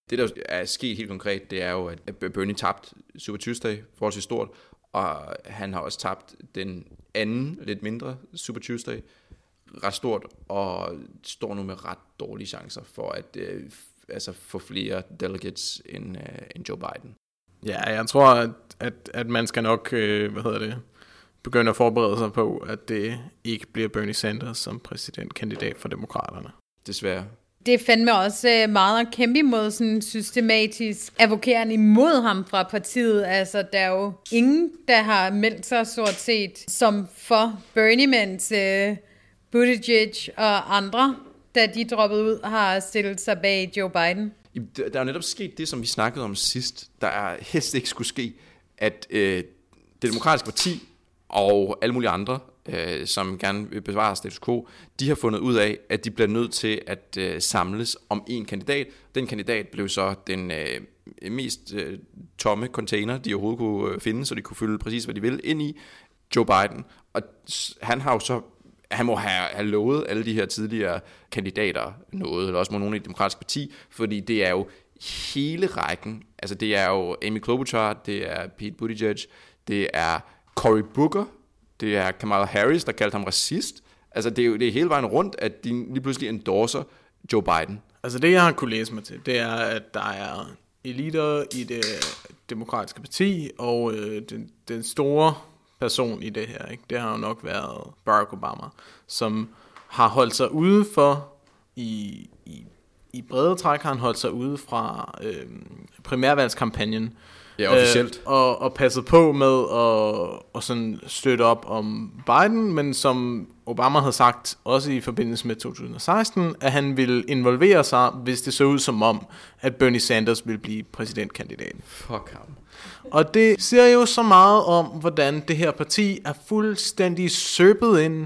Det, der er sket helt konkret, det er jo, at Bernie tabte Super Tuesday forholdsvis stort, og han har også tabt den anden, lidt mindre Super Tuesday ret stort, og står nu med ret dårlige chancer for at øh, altså få flere delegates end, øh, end Joe Biden. Ja, jeg tror, at, at, at man skal nok øh, hvad hedder det, begynde at forberede sig på, at det ikke bliver Bernie Sanders som præsidentkandidat for demokraterne. Desværre. Det er fandme også meget at kæmpe imod sådan systematisk advokeren imod ham fra partiet. Altså, der er jo ingen, der har meldt sig stort set som for Bernie, mens uh, Buttigieg og andre, da de droppede ud, har stillet sig bag Joe Biden. Der er jo netop sket det, som vi snakkede om sidst, der er helst ikke skulle ske, at øh, det demokratiske parti og alle mulige andre, øh, som gerne vil bevare status quo, de har fundet ud af, at de bliver nødt til at øh, samles om en kandidat. Den kandidat blev så den øh, mest øh, tomme container, de overhovedet kunne øh, finde, så de kunne fylde præcis, hvad de ville ind i, Joe Biden. Og han har jo så han må have, have lovet alle de her tidligere kandidater noget, eller også må nogen i det demokratiske parti, fordi det er jo hele rækken. Altså det er jo Amy Klobuchar, det er Pete Buttigieg, det er Cory Booker, det er Kamala Harris, der kaldte ham racist. Altså det er jo det er hele vejen rundt, at de lige pludselig endorser Joe Biden. Altså det, jeg har kunne læse mig til, det er, at der er eliter i det demokratiske parti, og øh, den, den store person i det her, ikke? Det har jo nok været Barack Obama, som har holdt sig ude for, i, i, i brede træk har han holdt sig ude fra øh, primærvalgskampagnen, ja, officielt. Øh, og, og passet på med at og sådan støtte op om Biden, men som Obama havde sagt, også i forbindelse med to tusind og seksten, at han ville involvere sig, hvis det så ud som om, at Bernie Sanders ville blive præsidentkandidat. Fuck ham. Og det siger jo så meget om, hvordan det her parti er fuldstændig søbet ind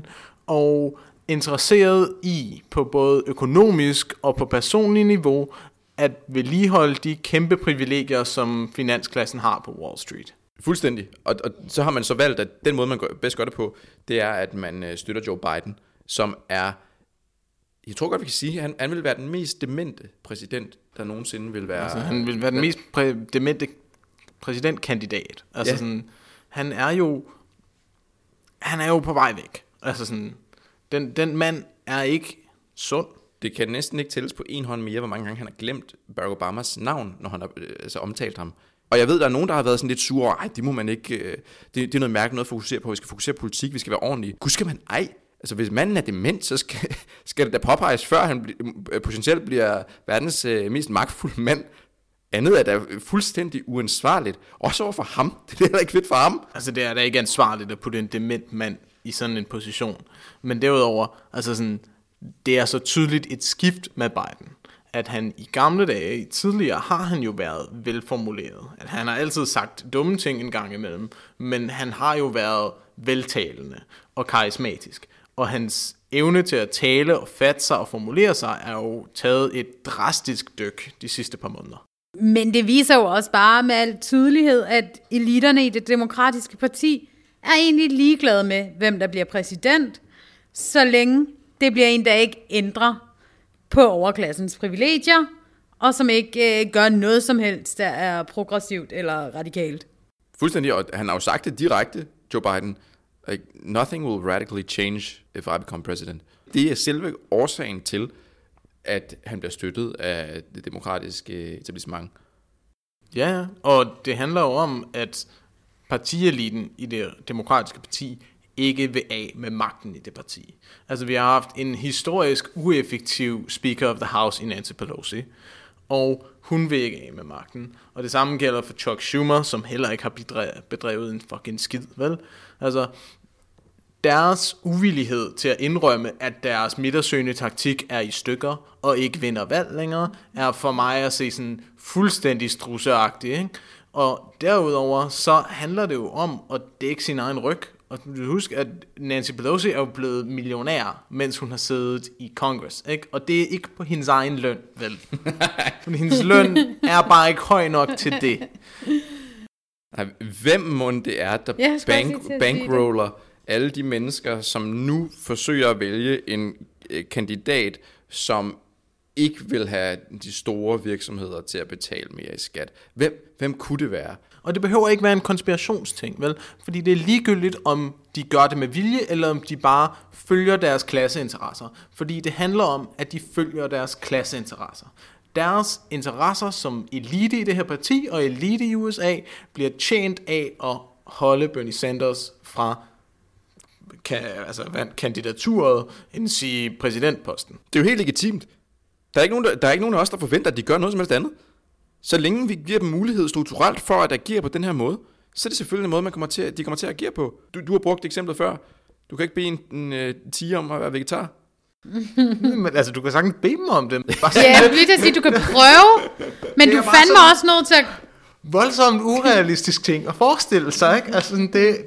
og interesseret i, på både økonomisk og på personlig niveau, at vedligeholde de kæmpe privilegier, som finansklassen har på Wall Street. Fuldstændig. Og, og så har man så valgt, at den måde, man bedst gør det på, det er, at man støtter Joe Biden, som er, jeg tror godt, vi kan sige, at han, han vil være den mest demente præsident, der nogensinde vil være. Altså, han vil være den mest præ- demente præsidentkandidat. Altså ja. sådan, han er jo, han er jo på vej væk. Altså sådan, den, den mand er ikke sund. Det kan næsten ikke tælles på en hånd mere, hvor mange gange han har glemt Barack Obamas navn, når han har øh, altså, omtalt ham. Og jeg ved, der er nogen, der har været sådan lidt sure over, ej, det må man ikke, øh, det, det er noget mærkeligt noget at fokusere på, vi skal fokusere på politik, vi skal være ordentlige. Gud skal man, ej, altså hvis manden er dement, så skal, skal det da påpeges, før han bl- potentielt bliver verdens øh, mest magtfulde mand. Andet er da fuldstændig uansvarligt, også over for ham. Det er da ikke fedt for ham. Altså det er da ikke ansvarligt at putte en dement mand i sådan en position. Men derudover, altså sådan, det er så tydeligt et skift med Biden, at han i gamle dage, tidligere, har han jo været velformuleret. At han har altid sagt dumme ting en gang imellem, men han har jo været veltalende og karismatisk. Og hans evne til at tale og fatte sig og formulere sig, er jo taget et drastisk dyk de sidste par måneder. Men det viser jo også bare med al tydelighed, at eliterne i det demokratiske parti er egentlig ligeglade med, hvem der bliver præsident, så længe det bliver en, der ikke ændrer på overklassens privilegier, og som ikke øh, gør noget som helst, der er progressivt eller radikalt. Fuldstændig, og han har jo sagt det direkte, Joe Biden, like, nothing will radically change if I become president. Det er selve årsagen til, at han bliver støttet af det demokratiske etablissement. Ja, og det handler jo om, at partieliten i det demokratiske parti ikke vil af med magten i det parti. Altså vi har haft en historisk ueffektiv Speaker of the House i Nancy Pelosi, og hun vil ikke af med magten. Og det samme gælder for Chuck Schumer, som heller ikke har bedrevet en fucking skid, vel? Altså, deres uvillighed til at indrømme, at deres midtersøgende taktik er i stykker, og ikke vinder valg længere, er for mig at se sådan fuldstændig strusseagtigt, ikke? Og derudover, så handler det jo om at dække sin egen ryg. Og du kan huske, at Nancy Pelosi er jo blevet millionær, mens hun har siddet i Congress, ikke? Og det er ikke på hendes egen løn, vel? For hendes løn er bare ikke høj nok til det. Hvem mon det er, der ja, bank, bankroller alle de mennesker, som nu forsøger at vælge en øh, kandidat, som ikke vil have de store virksomheder til at betale mere i skat. Hvem, hvem kunne det være? Og det behøver ikke være en konspirationsting, vel? Fordi det er ligegyldigt, om de gør det med vilje, eller om de bare følger deres klasseinteresser. Fordi det handler om, at de følger deres klasseinteresser. Deres interesser som elite i det her parti og elite i U S A bliver tjent af at holde Bernie Sanders fra kan, altså, kandidaturet, end sige præsidentposten. Det er jo helt legitimt. Der er, ikke nogen, der, der er ikke nogen af os, der forventer, at de gør noget som helst andet. Så længe vi giver dem mulighed strukturelt for at agere på den her måde, så er det selvfølgelig en måde, man kommer til, de kommer til at agere på. Du, du har brugt eksemplet før. Du kan ikke bede en, en, en tiger om at være vegetar. Men altså, du kan sagtens bede dem om det. Ja, jeg vil lige sige, du kan prøve, men du fandme også nødt til at... Voldsomt urealistisk ting at forestille sig, ikke? Altså, det...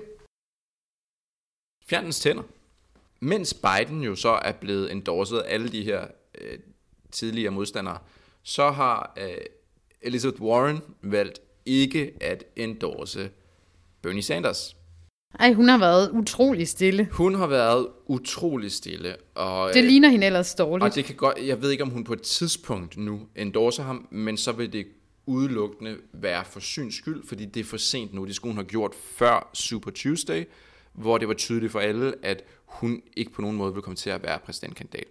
Fjernens tænder. Mens Biden jo så er blevet endorset af alle de her øh, tidligere modstandere, så har øh, Elizabeth Warren valgt ikke at endorse Bernie Sanders. Ej, hun har været utrolig stille. Hun har været utrolig stille. Og, det ligner hende ellers dårligt. Og det kan godt, jeg ved ikke, om hun på et tidspunkt nu endorser ham, men så vil det udelukkende være for syns skyld, fordi det er for sent nu. Det skulle hun have gjort før Super Tuesday, hvor det var tydeligt for alle, at hun ikke på nogen måde vil komme til at være præsidentkandidat.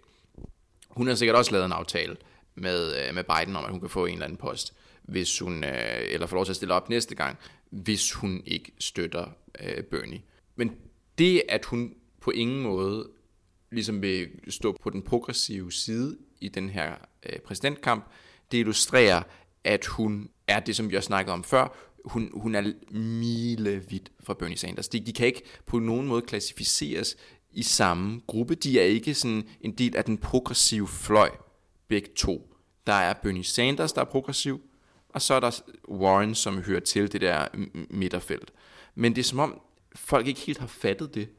Hun har sikkert også lavet en aftale med, med Biden om, at hun kan få en eller anden post, hvis hun, eller få lov til at stille op næste gang, hvis hun ikke støtter øh, Bernie. Men det, at hun på ingen måde ligesom vil stå på den progressive side i den her øh, præsidentkamp, det illustrerer, at hun er det, som vi også snakkede om før. Hun, hun er milevidt fra Bernie Sanders. De, de kan ikke på nogen måde klassificeres i samme gruppe. De er ikke sådan en del af den progressive fløj, begge to. Der er Bernie Sanders, der er progressiv, og så er der Warren, som hører til det der midterfelt. Men det er som om, folk ikke helt har fattet det.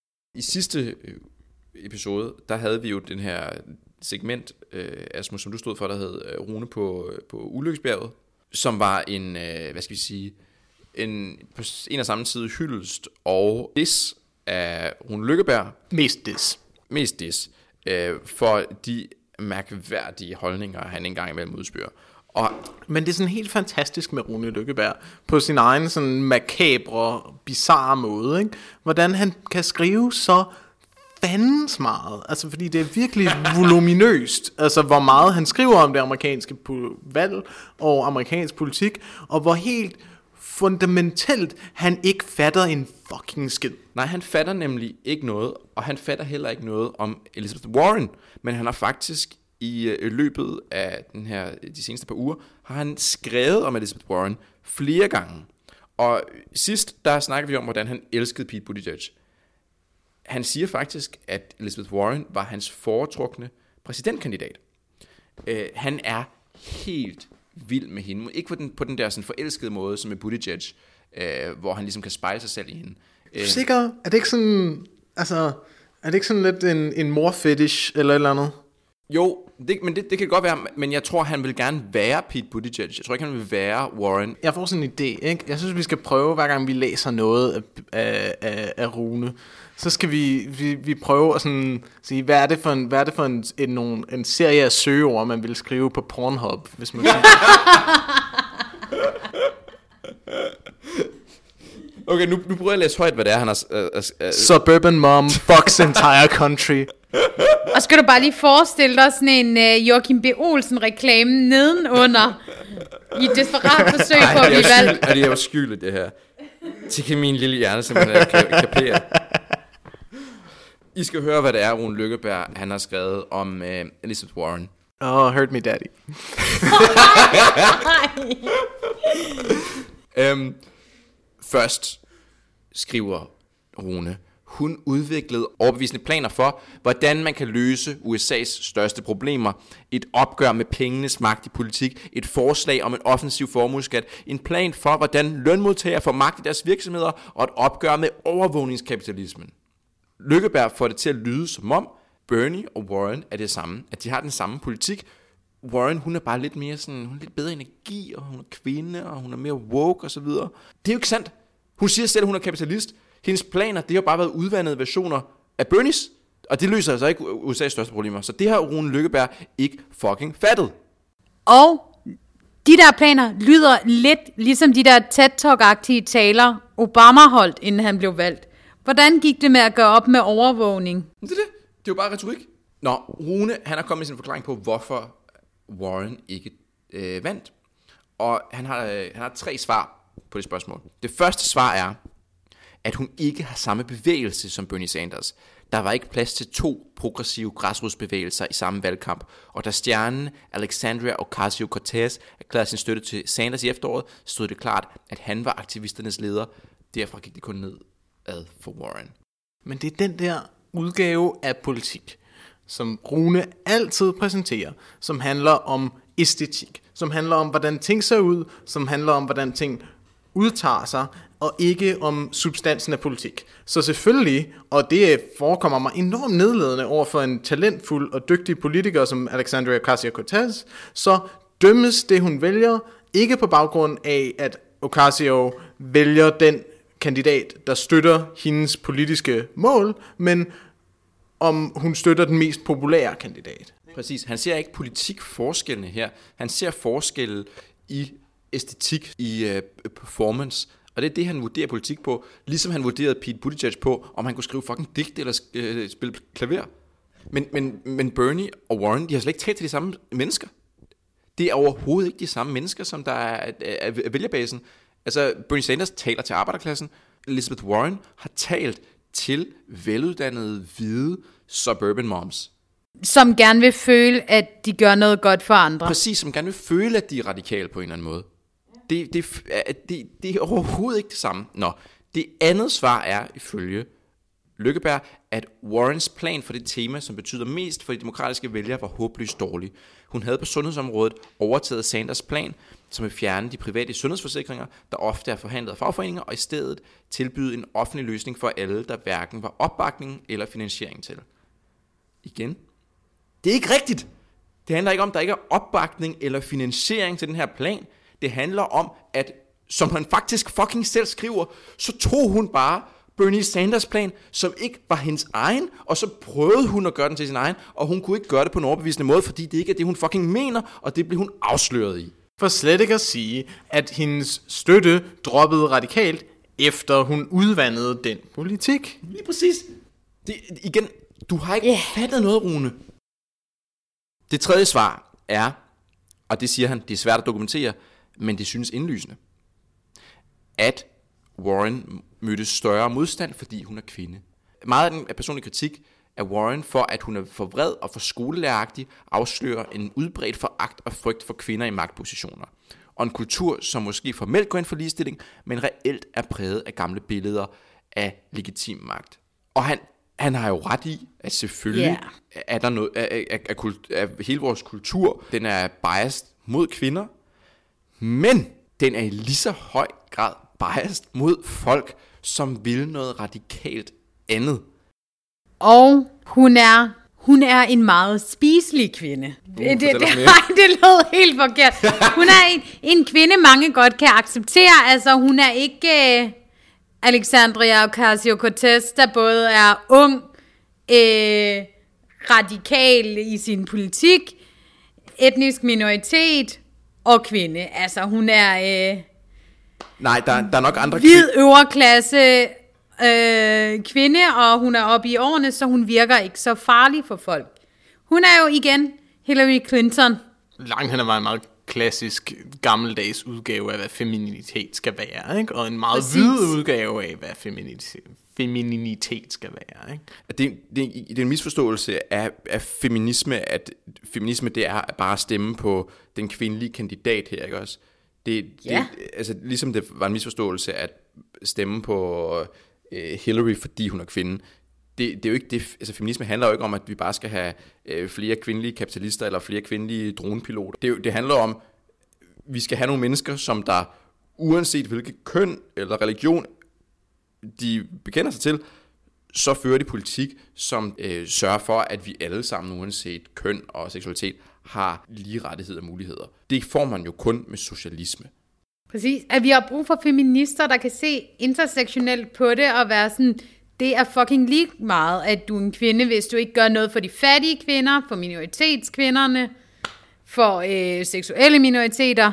I sidste episode, der havde vi jo den her segment, øh, Asmus, som du stod for, der hed øh, Rune på, på Ulykkesbjerget, som var en, øh, hvad skal vi sige, en, på en og samme tid hyldest og diss af Rune Lykkeberg. Mest diss. Mest diss. Øh, for de mærkværdige holdninger, han engang imellem udspørger. Og men det er sådan helt fantastisk med Rune Lykkeberg på sin egen sådan makabre, bizarre måde, ikke? Hvordan han kan skrive så fandens meget, altså fordi det er virkelig voluminøst, altså hvor meget han skriver om det amerikanske valg og amerikansk politik, og hvor helt fundamentalt han ikke fatter en fucking skid. Nej, han fatter nemlig ikke noget, og han fatter heller ikke noget om Elizabeth Warren, men han har faktisk i løbet af den her, de seneste par uger, har han skrevet om Elizabeth Warren flere gange. Og sidst, der snakkede vi om, hvordan han elskede Pete Buttigieg. Han siger faktisk, at Elizabeth Warren var hans foretrukne præsidentkandidat. Uh, han er helt vild med hende. Ikke på den, på den der sådan forelskede måde, som med Buttigieg, uh, hvor han ligesom kan spejle sig selv i hende. Uh, Sikker? Er det ikke sådan, altså, er det ikke sådan lidt en, en mor-fetish eller et eller andet? Jo, det, men det, det kan godt være, men jeg tror, han vil gerne være Pete Buttigieg. Jeg tror ikke, han vil være Warren. Jeg får sådan en idé, ikke? Jeg synes, vi skal prøve, hver gang vi læser noget af, af, af, af Rune, så skal vi, vi, vi prøve at sådan sige, hvad er det for en, hvad er det for en, en, en, en serie af søgeord, man vil skrive på Pornhub, hvis man siger. Okay, nu, nu prøver jeg at læse højt, hvad det er, han har... Uh, uh, uh, Suburban mom fucks entire country. Og skal du bare lige forestille dig sådan en uh, Joachim B. Olsen-reklame nedenunder i et desperat forsøg Ej, på at blive valgt. Ej, det er jo skyldigt, det her. Det kan min lille hjerne simpelthen kapere. I skal høre, hvad det er, Rune Lykkeberg, han har skrevet om uh, Elizabeth Warren. Oh, hurt me daddy. um, først skriver Rune, hun udviklede overbevisende planer for, hvordan man kan løse U S A's største problemer. Et opgør med pengenes magt i politik, et forslag om en offensiv formueskat, en plan for, hvordan lønmodtagere får magt i deres virksomheder, og et opgør med overvågningskapitalismen. Lykkeberg får det til at lyde som om Bernie og Warren er det samme, at de har den samme politik. Warren, hun er bare lidt mere sådan, hun er lidt bedre energi, og hun er kvinde, og hun er mere woke og så videre. Det er jo ikke sandt. Hun siger selv, at hun er kapitalist. Hendes planer, det har bare været udvandede versioner af Bernies. Og det løser altså ikke U S A's største problemer. Så det har Rune Lykkeberg ikke fucking fattet. Og de der planer lyder lidt ligesom de der TED-talk-agtige taler, Obama holdt, inden han blev valgt. Hvordan gik det med at gøre op med overvågning? Det er det. Det er jo bare retorik. Nå, Rune, han har kommet med sin forklaring på, hvorfor Warren ikke øh, vandt. Og han har, øh, han har tre svar på det spørgsmål. Det første svar er, at hun ikke har samme bevægelse som Bernie Sanders. Der var ikke plads til to progressive græsrodsbevægelser i samme valgkamp, og da stjernen Alexandria Ocasio-Cortez erklærede sin støtte til Sanders i efteråret, stod det klart, at han var aktivisternes leder. Derfra gik det kun nedad for Warren. Men det er den der udgave af politik, som Rune altid præsenterer, som handler om æstetik, som handler om, hvordan ting ser ud, som handler om, hvordan ting udtager sig, og ikke om substansen af politik. Så selvfølgelig, og det forekommer mig enormt nedladende over for en talentfuld og dygtig politiker som Alexandria Ocasio-Cortez, så dømmes det, hun vælger, ikke på baggrund af, at Ocasio vælger den kandidat, der støtter hendes politiske mål, men om hun støtter den mest populære kandidat. Præcis. Han ser ikke politikforskellene her. Han ser forskelle i æstetik, i uh, performance. Og det er det, han vurderer politik på. Ligesom han vurderede Pete Buttigieg på, om han kunne skrive fucking digt eller uh, spille klaver. Men, men, men Bernie og Warren, de har slet ikke talt til de samme mennesker. Det er overhovedet ikke de samme mennesker, som der er, er, er vælgerbasen. Altså, Bernie Sanders taler til arbejderklassen. Elizabeth Warren har talt til veluddannede, hvide suburban moms. Som gerne vil føle, at de gør noget godt for andre. Præcis, som gerne vil føle, at de er radikale på en eller anden måde. Det, det, det, det er overhovedet ikke det samme. Nå, det andet svar er, ifølge Lykkeberg, at Warrens plan for det tema, som betyder mest for de demokratiske vælgere, var håbløst dårlig. Hun havde på sundhedsområdet overtaget Sanders plan, som vil fjerne de private sundhedsforsikringer, der ofte er forhandlet af fagforeninger, og i stedet tilbyde en offentlig løsning for alle, der hverken var opbakning eller finansiering til. Igen. Det er ikke rigtigt. Det handler ikke om, at der ikke er opbakning eller finansiering til den her plan. Det handler om, at, som han faktisk fucking selv skriver, så tog hun bare Bernie Sanders plan, som ikke var hendes egen, og så prøvede hun at gøre den til sin egen, og hun kunne ikke gøre det på en overbevisende måde, fordi det ikke er det, hun fucking mener, og det blev hun afsløret i. For slet ikke at sige, at hendes støtte droppede radikalt, efter hun udvandede den politik. Lige præcis. Det, igen, du har ikke yeah. fattet noget, Rune. Det tredje svar er, og det siger han, det er svært at dokumentere, men det synes indlysende, at Warren mødte større modstand, fordi hun er kvinde. Meget af den personlige kritik af Warren for, at hun er for vred og for skolelæreragtig, afslører en udbredt foragt og frygt for kvinder i magtpositioner. Og en kultur, som måske formelt går ind for ligestilling, men reelt er præget af gamle billeder af legitim magt. Og han, han har jo ret i, at selvfølgelig yeah. er der noget af, af, af, af hele vores kultur, den er biased mod kvinder, men den er i lige så høj grad biased mod folk, som vil noget radikalt andet. Og hun er, hun er en meget spiselig kvinde. Uh, det, det, nej, det lød helt forkert. Hun er en, en kvinde, mange godt kan acceptere. Altså, hun er ikke uh, Alexandria Ocasio-Cortez, der både er ung, uh, radikal i sin politik, etnisk minoritet og kvinde. Altså, hun er... Uh, Nej, der, der er nok andre hvid øverklasse øh, kvinde, og hun er oppe i årene, så hun virker ikke så farlig for folk. Hun er jo igen Hillary Clinton. Langt hen ad vejen meget klassisk gammeldags udgave af, hvad femininitet skal være, ikke? Og en meget Præcis. hvid udgave af, hvad femininitet, femininitet skal være. Ikke? Det, det, det er en misforståelse af, af feminisme, at feminisme det er bare at stemme på den kvindelige kandidat her, ikke også? Det, ja. det, altså, ligesom det var en misforståelse at stemme på øh, Hillary, fordi hun er kvinde. Det, det er jo ikke det. Altså, feminisme handler jo ikke om, at vi bare skal have øh, flere kvindelige kapitalister eller flere kvindelige dronepiloter. Det, det handler om, at vi skal have nogle mennesker, som der uanset hvilket køn eller religion de bekender sig til, så fører de politik, som øh, sørger for, at vi alle sammen, uanset køn og seksualitet, har lige rettigheder og muligheder. Det får man jo kun med socialisme. Præcis. At vi har brug for feminister, der kan se intersektionelt på det og være sådan, det er fucking lige meget, at du er en kvinde, hvis du ikke gør noget for de fattige kvinder, for minoritetskvinderne, for øh, seksuelle minoriteter,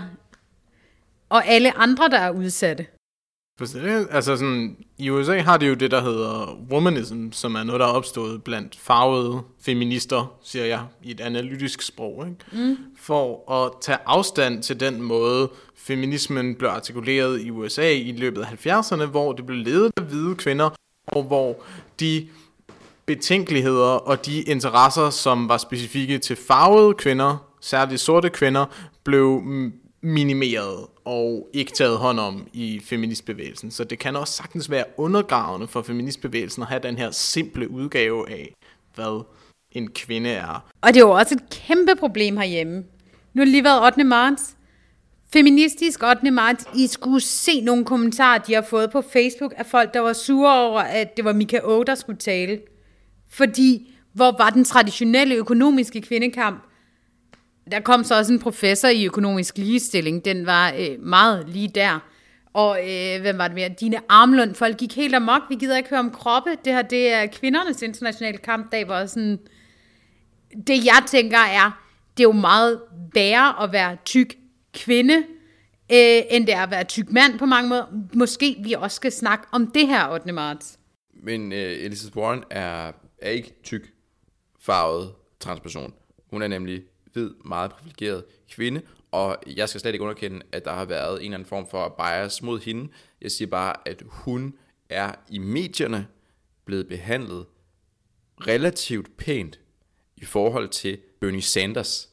og alle andre, der er udsatte. Altså sådan, i U S A har det jo det, der hedder womanism, som er noget, der er opstået blandt farvede feminister, siger jeg, i et analytisk sprog, ikke? Mm. For at tage afstand til den måde, feminismen blev artikuleret i U S A i løbet af halvfjerdserne, hvor det blev ledet af hvide kvinder, og hvor de betænkeligheder og de interesser, som var specifikke til farvede kvinder, særligt sorte kvinder, blev minimeret og ikke taget hånd om i feministbevægelsen. Så det kan også sagtens være undergravende for feministbevægelsen at have den her simple udgave af, hvad en kvinde er. Og det er jo også et kæmpe problem herhjemme. Nu har det lige været ottende marts. Feministisk ottende marts. I skulle se nogle kommentarer, de har fået på Facebook af folk, der var sure over, at det var Mika O, der skulle tale. Fordi, hvor var den traditionelle økonomiske kvindekamp? Der kom så også en professor i økonomisk ligestilling. Den var øh, meget lige der. Og øh, hvem var det mere? Dine Armlund. Folk gik helt amok. Vi gider ikke høre om kroppe. Det her, det er kvindernes internationale kampdag. Hvor sådan, det jeg tænker er, det er jo meget værre at være tyk kvinde, øh, end det er at være tyk mand på mange måder. Måske vi også skal snakke om det her ottende marts. Men øh, Elizabeth Warren er, er ikke tyk farvet transperson. Hun er nemlig hvid, meget privilegeret kvinde, og jeg skal slet ikke underkende, at der har været en eller anden form for bias mod hende. Jeg siger bare, at hun er i medierne blevet behandlet relativt pænt i forhold til Bernie Sanders.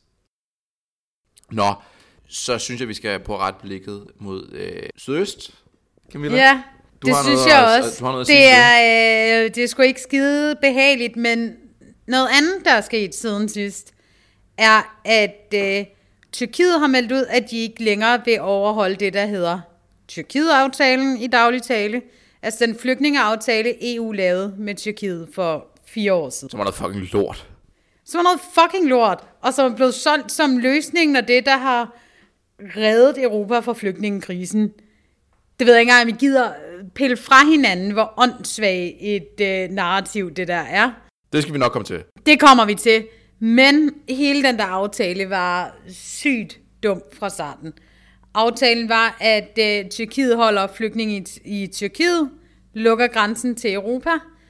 Nå, så synes jeg, vi skal på ret blikket mod øh, sydøst. Camilla? Ja, du det har synes noget jeg at, også. du har noget at det, sige er, øh, det er sgu ikke skide behageligt, men noget andet, der er sket siden sidst, er, at øh, Tyrkiet har meldt ud, at de ikke længere vil overholde det, der hedder Tyrkiet-aftalen i daglig tale. Altså den flygtningeaftale, E U lavede med Tyrkiet for fire år siden. Som var noget fucking lort. Som var noget fucking lort, og som er blevet solgt som løsningen af det, der har reddet Europa fra flygtningekrisen. Det ved jeg ikke engang, om vi gider pille fra hinanden, hvor åndssvagt et øh, narrativ det der er. Det skal vi nok komme til. Det kommer vi til. Men hele den der aftale var sygt dum fra starten. Aftalen var, at øh, Tyrkiet holder flygtninge i, i Tyrkiet, lukker grænsen til Europa,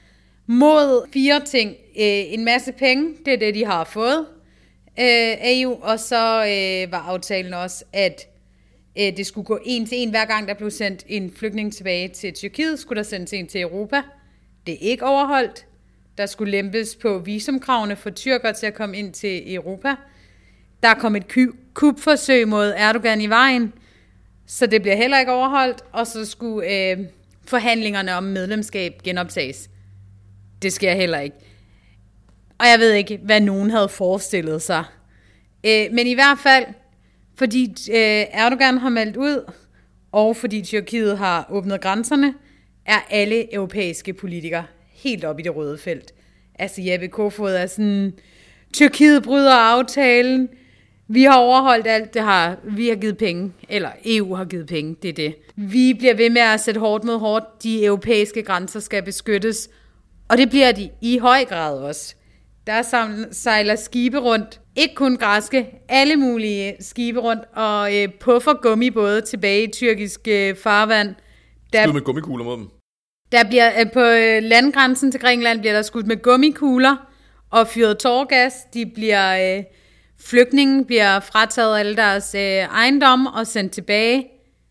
mod fire ting. Øh, en masse penge, det er det, de har fået øh, af E U, og så øh, var aftalen også, at øh, det skulle gå en til en, hver gang der blev sendt en flygtning tilbage til Tyrkiet, skulle der sendes en til Europa. Det er ikke overholdt. Der skulle lempes på visumkravene for tyrker til at komme ind til Europa. Der kom et kupforsøg mod Erdogan i vejen, så det bliver heller ikke overholdt. Og så skulle øh, forhandlingerne om medlemskab genoptages. Det sker heller ikke. Og jeg ved ikke, hvad nogen havde forestillet sig. Øh, men i hvert fald, fordi øh, Erdogan har meldt ud, og fordi Tyrkiet har åbnet grænserne, er alle europæiske politikere helt op i det røde felt. Altså Jeppe Kofod er sådan, Tyrkiet bryder aftalen, vi har overholdt alt det her, vi har givet penge, eller E U har givet penge, det er det. Vi bliver ved med at sætte hårdt mod hårdt, de europæiske grænser skal beskyttes, og det bliver de i høj grad også. Der sejler skibe rundt, ikke kun græske, alle mulige skibe rundt, og øh, puffer gummibåde tilbage i tyrkisk øh, farvand. Der, Skud med gummikugler mod dem. Der bliver, på landgrænsen til Grækenland bliver der skudt med gummikugler og fyret tåregas. De bliver, øh, flygtningen bliver frataget alle deres øh, ejendom og sendt tilbage.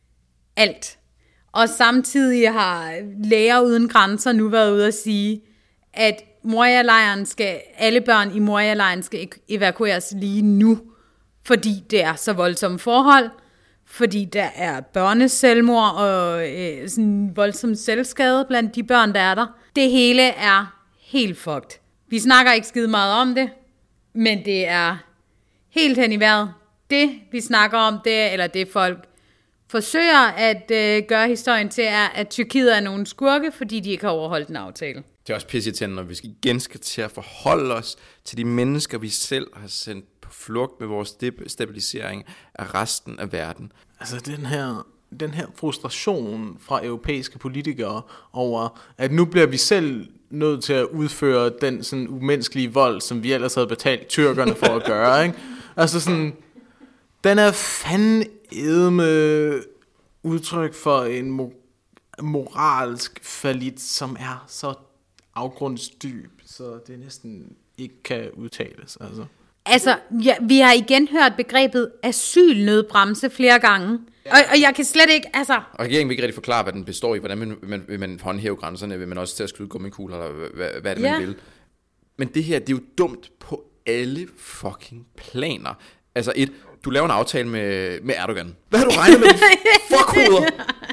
Alt. Og samtidig har Læger Uden Grænser nu været ude at sige, at Moria-lejren skal, alle børn i Moria-lejren skal evakueres lige nu, fordi det er så voldsomme forhold. Fordi der er børneselvmord og øh, sådan voldsom selvskade blandt de børn, der er der. Det hele er helt fucked. Vi snakker ikke skide meget om det, men det er helt hen i vejret. Det, vi snakker om, det, eller det folk forsøger at øh, gøre historien til, er, at Tyrkiet er nogle skurke, fordi de ikke har overholdt en aftale. Det er også pisseirriterende, når vi igen skal til at forholde os til de mennesker, vi selv har sendt på flugt med vores stabilisering af resten af verden. Altså den her den her frustration fra europæiske politikere over, at nu bliver vi selv nødt til at udføre den sådan umenneskelige vold, som vi ellers havde betalt tyrkerne for at gøre, ikke? Altså sådan, den er fandme edme udtryk for en mo- moralsk fallit, som er så afgrundsdyb, så det næsten ikke kan udtales, altså. Altså, ja, vi har igen hørt begrebet asylnødbremse flere gange. Ja. Og, og jeg kan slet ikke, altså... Og regeringen vil ikke rigtig forklare, hvad den består i. Hvordan man, man, vil man håndhæve grænserne? Vil man også til at skyde gummikugler? Eller hvad, hvad er det, ja. man vil? Men det her, det er jo dumt på alle fucking planer. Altså et, du laver en aftale med, med Erdogan. Hvad havde du regnet med? Fuckhoveder!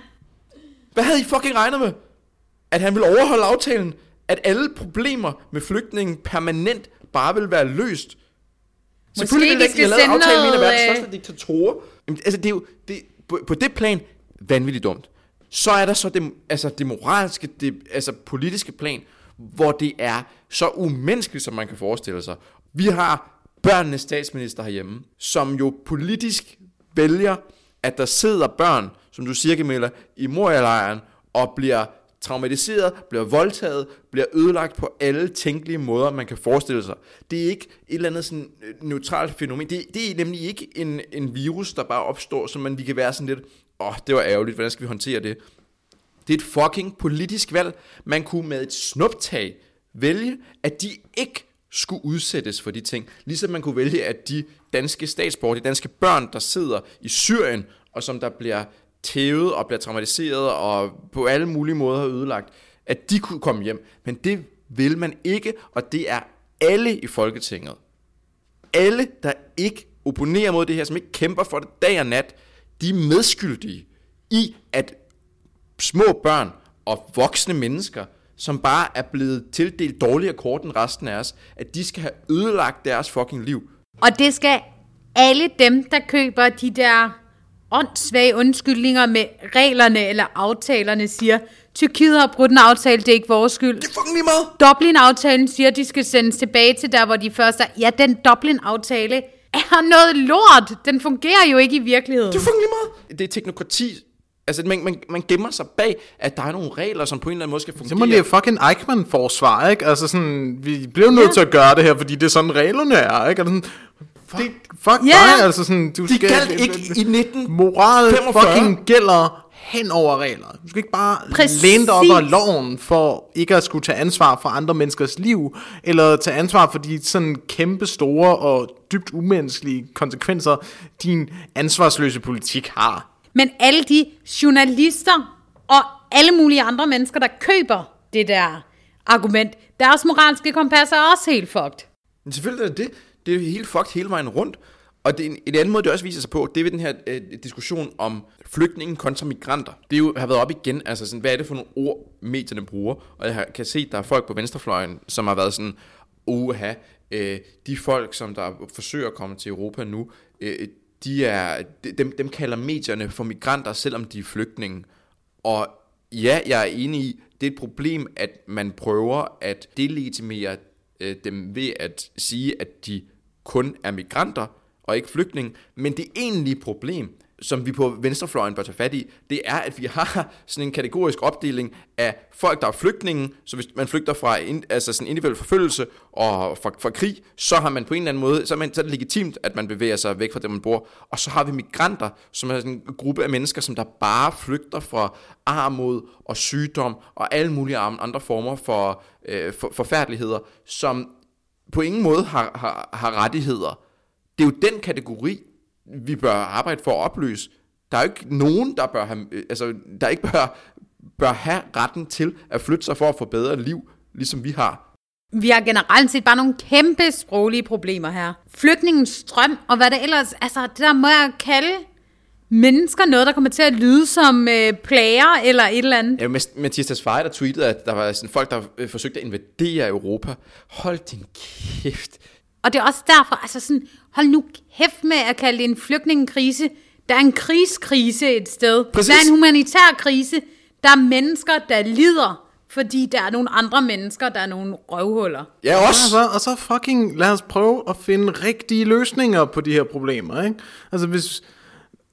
Hvad havde I fucking regnet med? At han ville overholde aftalen? At alle problemer med flygtningen permanent bare vil være løst? Selvfølgelig vil ikke have lavet aftalen med en af verdens største diktatorer. Altså det er jo det, på, på det plan vanvittigt dumt. Så er der så det, altså det moralske, det altså politiske plan, hvor det er så umenneskeligt, som man kan forestille sig. Vi har børnenes statsminister herhjemme, som jo politisk vælger, at der sidder børn, som du siger, Camilla, i Moria-lejren og bliver traumatiseret, bliver voldtaget, bliver ødelagt på alle tænkelige måder, man kan forestille sig. Det er ikke et eller andet sådan neutralt fænomen. Det, det er nemlig ikke en, en virus, der bare opstår, så man vi kan være sådan lidt, åh, oh, det var ærgerligt, hvordan skal vi håndtere det? Det er et fucking politisk valg. Man kunne med et snuptag vælge, at de ikke skulle udsættes for de ting. Ligesom man kunne vælge, at de danske statsborgere, de danske børn, der sidder i Syrien, og som der bliver tævet og bliver traumatiseret og på alle mulige måder ødelagt, at de kunne komme hjem. Men det vil man ikke, og det er alle i Folketinget. Alle, der ikke opponerer mod det her, som ikke kæmper for det dag og nat, de er medskyldige i, at små børn og voksne mennesker, som bare er blevet tildelt dårligere kort end resten af os, at de skal have ødelagt deres fucking liv. Og det skal alle dem, der køber de der åndssvage undskyldninger med reglerne eller aftalerne, siger, Tyrkiet har brudt en aftale, det er ikke vores skyld. Det er fucking lige meget. Dublin-aftalen siger, de skal sendes tilbage til der, hvor de først er. Ja, den Dublin-aftale er noget lort. Den fungerer jo ikke i virkeligheden. Det er fucking lige meget. Det er teknokrati. Altså, man, man, man gemmer sig bag, at der er nogle regler, som på en eller anden måde skal fungere. Så må det fucking Eichmann-forsvar, ikke? Altså sådan, vi bliver nødt ja. til at gøre det her, fordi det er sådan reglerne er, ikke? Altså sådan, fuck, det, fuck yeah. dig, altså sådan, du de skal... galt ikke i nitten moral fucking gælder hen over regler. Du skal ikke bare Præcis. læne dig op af loven, for ikke at skulle tage ansvar for andre menneskers liv, eller tage ansvar for de sådan kæmpe store og dybt umenneskelige konsekvenser, din ansvarsløse politik har. Men alle de journalister og alle mulige andre mennesker, der køber det der argument, deres moralske kompas er også helt fucked. Men selvfølgelig er det det. Det er jo helt fucked hele vejen rundt. Og det er en, en anden måde, det også viser sig på, det er ved den her øh, diskussion om flygtninge kontra migranter. Det er jo, har været op igen, altså sådan, hvad er det for nogle ord, medierne bruger? Og jeg kan se, at der er folk på venstrefløjen, som har været sådan, uha, øh, de folk, som der forsøger at komme til Europa nu, øh, de er, dem, dem kalder medierne for migranter, selvom de er flygtninge. Og ja, jeg er enig i, det er et problem, at man prøver at delegitimere øh, dem ved at sige, at de kun er migranter og ikke flygtninge. Men det egentlige problem, som vi på venstrefløjen bør tage fat i, det er, at vi har sådan en kategorisk opdeling af folk, der er flygtninge. Så hvis man flygter fra en, altså sådan individuel forfølgelse og fra, fra krig, så har man på en eller anden måde, så er, man, så er det legitimt, at man bevæger sig væk fra det, man bor. Og så har vi migranter, som er sådan en gruppe af mennesker, som der bare flygter fra armod og sygdom og alle mulige andre former for øh, for, forfærdeligheder, som på ingen måde har, har, har rettigheder. Det er jo den kategori, vi bør arbejde for at opløse. Der er jo ikke nogen, der bør have, altså, der ikke bør, bør have retten til at flytte sig for at få bedre liv, ligesom vi har. Vi har generelt set bare nogle kæmpe sproglige problemer her. Flygtningens strøm, og hvad det ellers, altså det der må jeg kalde mennesker noget, der kommer til at lyde som øh, plager eller et eller andet. Ja, Mathias Tesfaye, der tweetede, at der var sådan folk, der øh, forsøgte at invadere Europa. Hold din kæft. Og det er også derfor, altså sådan, hold nu kæft med at kalde det en flygtningekrise. Der er en krigskrise et sted. Præcis. Der er en humanitær krise. Der er mennesker, der lider, fordi der er nogle andre mennesker, der er nogle røvhuller. Ja, også. Ja, og, så, og så fucking lad os prøve at finde rigtige løsninger på de her problemer, ikke? Altså hvis...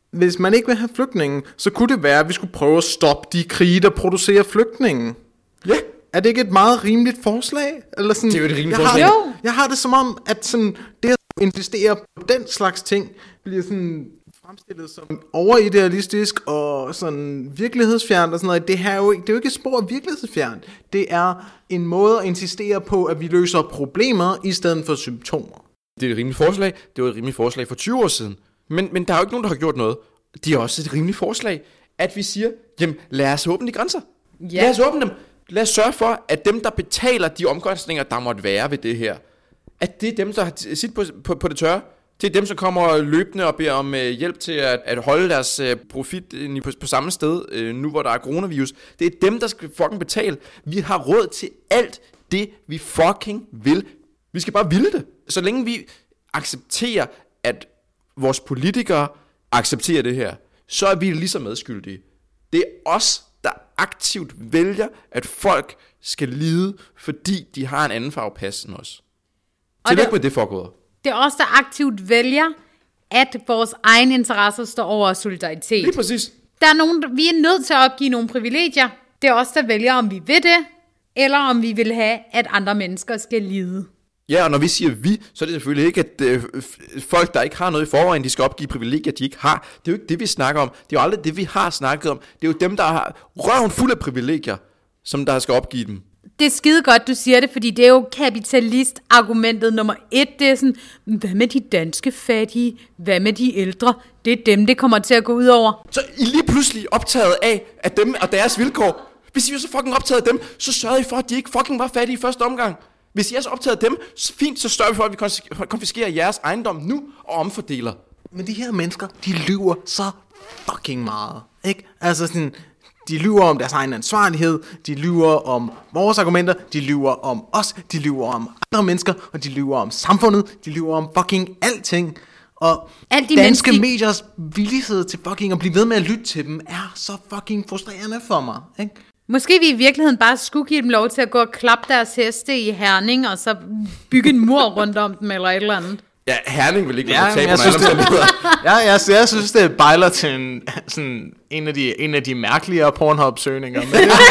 hvis man ikke vil have flygtninge, så kunne det være, at vi skulle prøve at stoppe de krige, der producerer flygtninge. Ja. Er det ikke et meget rimeligt forslag? Eller sådan, Det er jo et rimeligt jeg forslag. Har, det, jeg har det som om, at sådan, det at investere på den slags ting, bliver sådan fremstillet som overidealistisk og sådan virkelighedsfjernt og sådan noget. Det, her er jo ikke, det er jo ikke et spor af virkelighedsfjernt. Det er en måde at insistere på, at vi løser problemer i stedet for symptomer. Det er et rimeligt forslag. Det var et rimeligt forslag for tyve år siden. Men, men der er jo ikke nogen, der har gjort noget. Det er også et rimeligt forslag, at vi siger, jamen lad os åbne de grænser. Ja. Lad os åbne dem. Lad os sørge for, at dem, der betaler de omkostninger, der måtte være ved det her, at det er dem, der har sit på, på, på det tørre. Det er dem, som kommer løbende og beder om uh, hjælp til at, at holde deres uh, profit uh, på, på samme sted, uh, nu hvor der er coronavirus. Det er dem, der skal fucking betale. Vi har råd til alt det, vi fucking vil. Vi skal bare ville det. Så længe vi accepterer, at vores politikere accepterer det her, så er vi lige så medskyldige. Det er os, der aktivt vælger, at folk skal lide, fordi de har en anden farve pas end os. Tillykke med det, forgået. Det er os, der aktivt vælger, at vores egne interesser står over solidaritet. Lige præcis. Der er nogen, vi er nødt til at opgive nogle privilegier. Det er os, der vælger, om vi vil det, eller om vi vil have, at andre mennesker skal lide. Ja, og når vi siger vi, så er det selvfølgelig ikke, at øh, folk, der ikke har noget i forvejen, de skal opgive privilegier, de ikke har. Det er jo ikke det, vi snakker om. Det er jo aldrig det, vi har snakket om. Det er jo dem, der har røven fuld af privilegier, som der skal opgive dem. Det er skide godt, du siger det, fordi det er jo kapitalist-argumentet nummer et. Det er sådan, hvad med de danske fattige? Hvad med de ældre? Det er dem, det kommer til at gå ud over. Så I lige pludselig optaget af, at dem og deres vilkår. Hvis I er så fucking optaget af dem, så sørger I for, at de ikke fucking var fattige i første omgang. Hvis I er så optaget af dem, så fint, så sørger vi for, at vi konfiskerer jeres ejendom nu og omfordeler. Men de her mennesker, de lyver så fucking meget, ikke? Altså sådan, de lyver om deres egen ansvarlighed, de lyver om vores argumenter, de lyver om os, de lyver om andre mennesker, og de lyver om samfundet, de lyver om fucking alting. Og Alt de danske menneske- mediers villighed til fucking at blive ved med at lytte til dem, er så fucking frustrerende for mig, ikke? Måske vi i virkeligheden bare skulle give dem lov til at gå og klappe deres heste i Herning, og så bygge en mur rundt om dem, eller et eller andet. Ja, Herning vil ikke Ja, være men tabe jeg under synes, alle omstændigheder. Ja, jeg, jeg synes, det bejler til en, sådan, en, af de, en af de mærkeligere Pornhub-søgninger. Men det er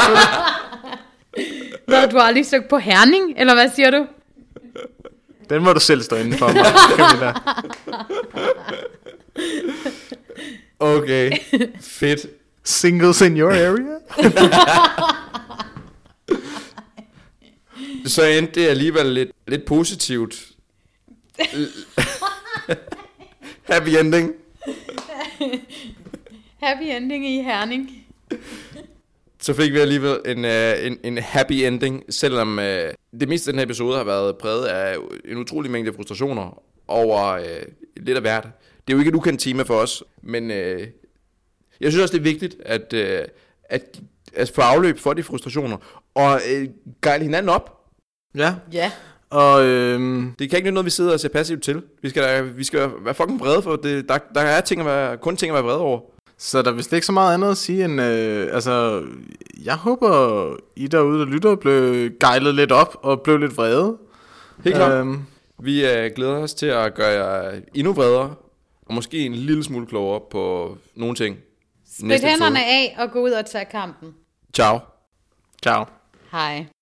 selvfølgelig- Hvad, du har aldrig søgt på Herning, eller hvad siger du? Den må du selv stå inden for mig, Camilla. Okay, fedt. Singles in your area? Så endte det alligevel lidt, lidt positivt. Happy ending. Happy ending i Herning. Så fik vi alligevel en, uh, en, en happy ending, selvom uh, det meste af den her episode har været præget af en utrolig mængde frustrationer over uh, lidt af hvert. Det er jo ikke et ukendt tema for os, men uh, jeg synes også, det er vigtigt at, uh, at, at få afløb for de frustrationer, og uh, gejle hinanden op. Ja, Ja. og øhm, Det kan ikke nytte noget, vi sidder og ser passivt til. Vi skal, vi skal være fucking vrede for det. Der, der er ting at være, kun ting at være vrede over. så der er vist ikke så meget andet at sige end, øh, altså, jeg håber, I derude, der lytter, blev gejlet lidt op og blev lidt vrede. Helt klart. Øhm, Vi uh, glæder os til at gøre jer endnu vredere, og måske en lille smule klogere på nogle ting. Sprit hænderne af og gå ud og tage kampen. Ciao. ciao. Hej.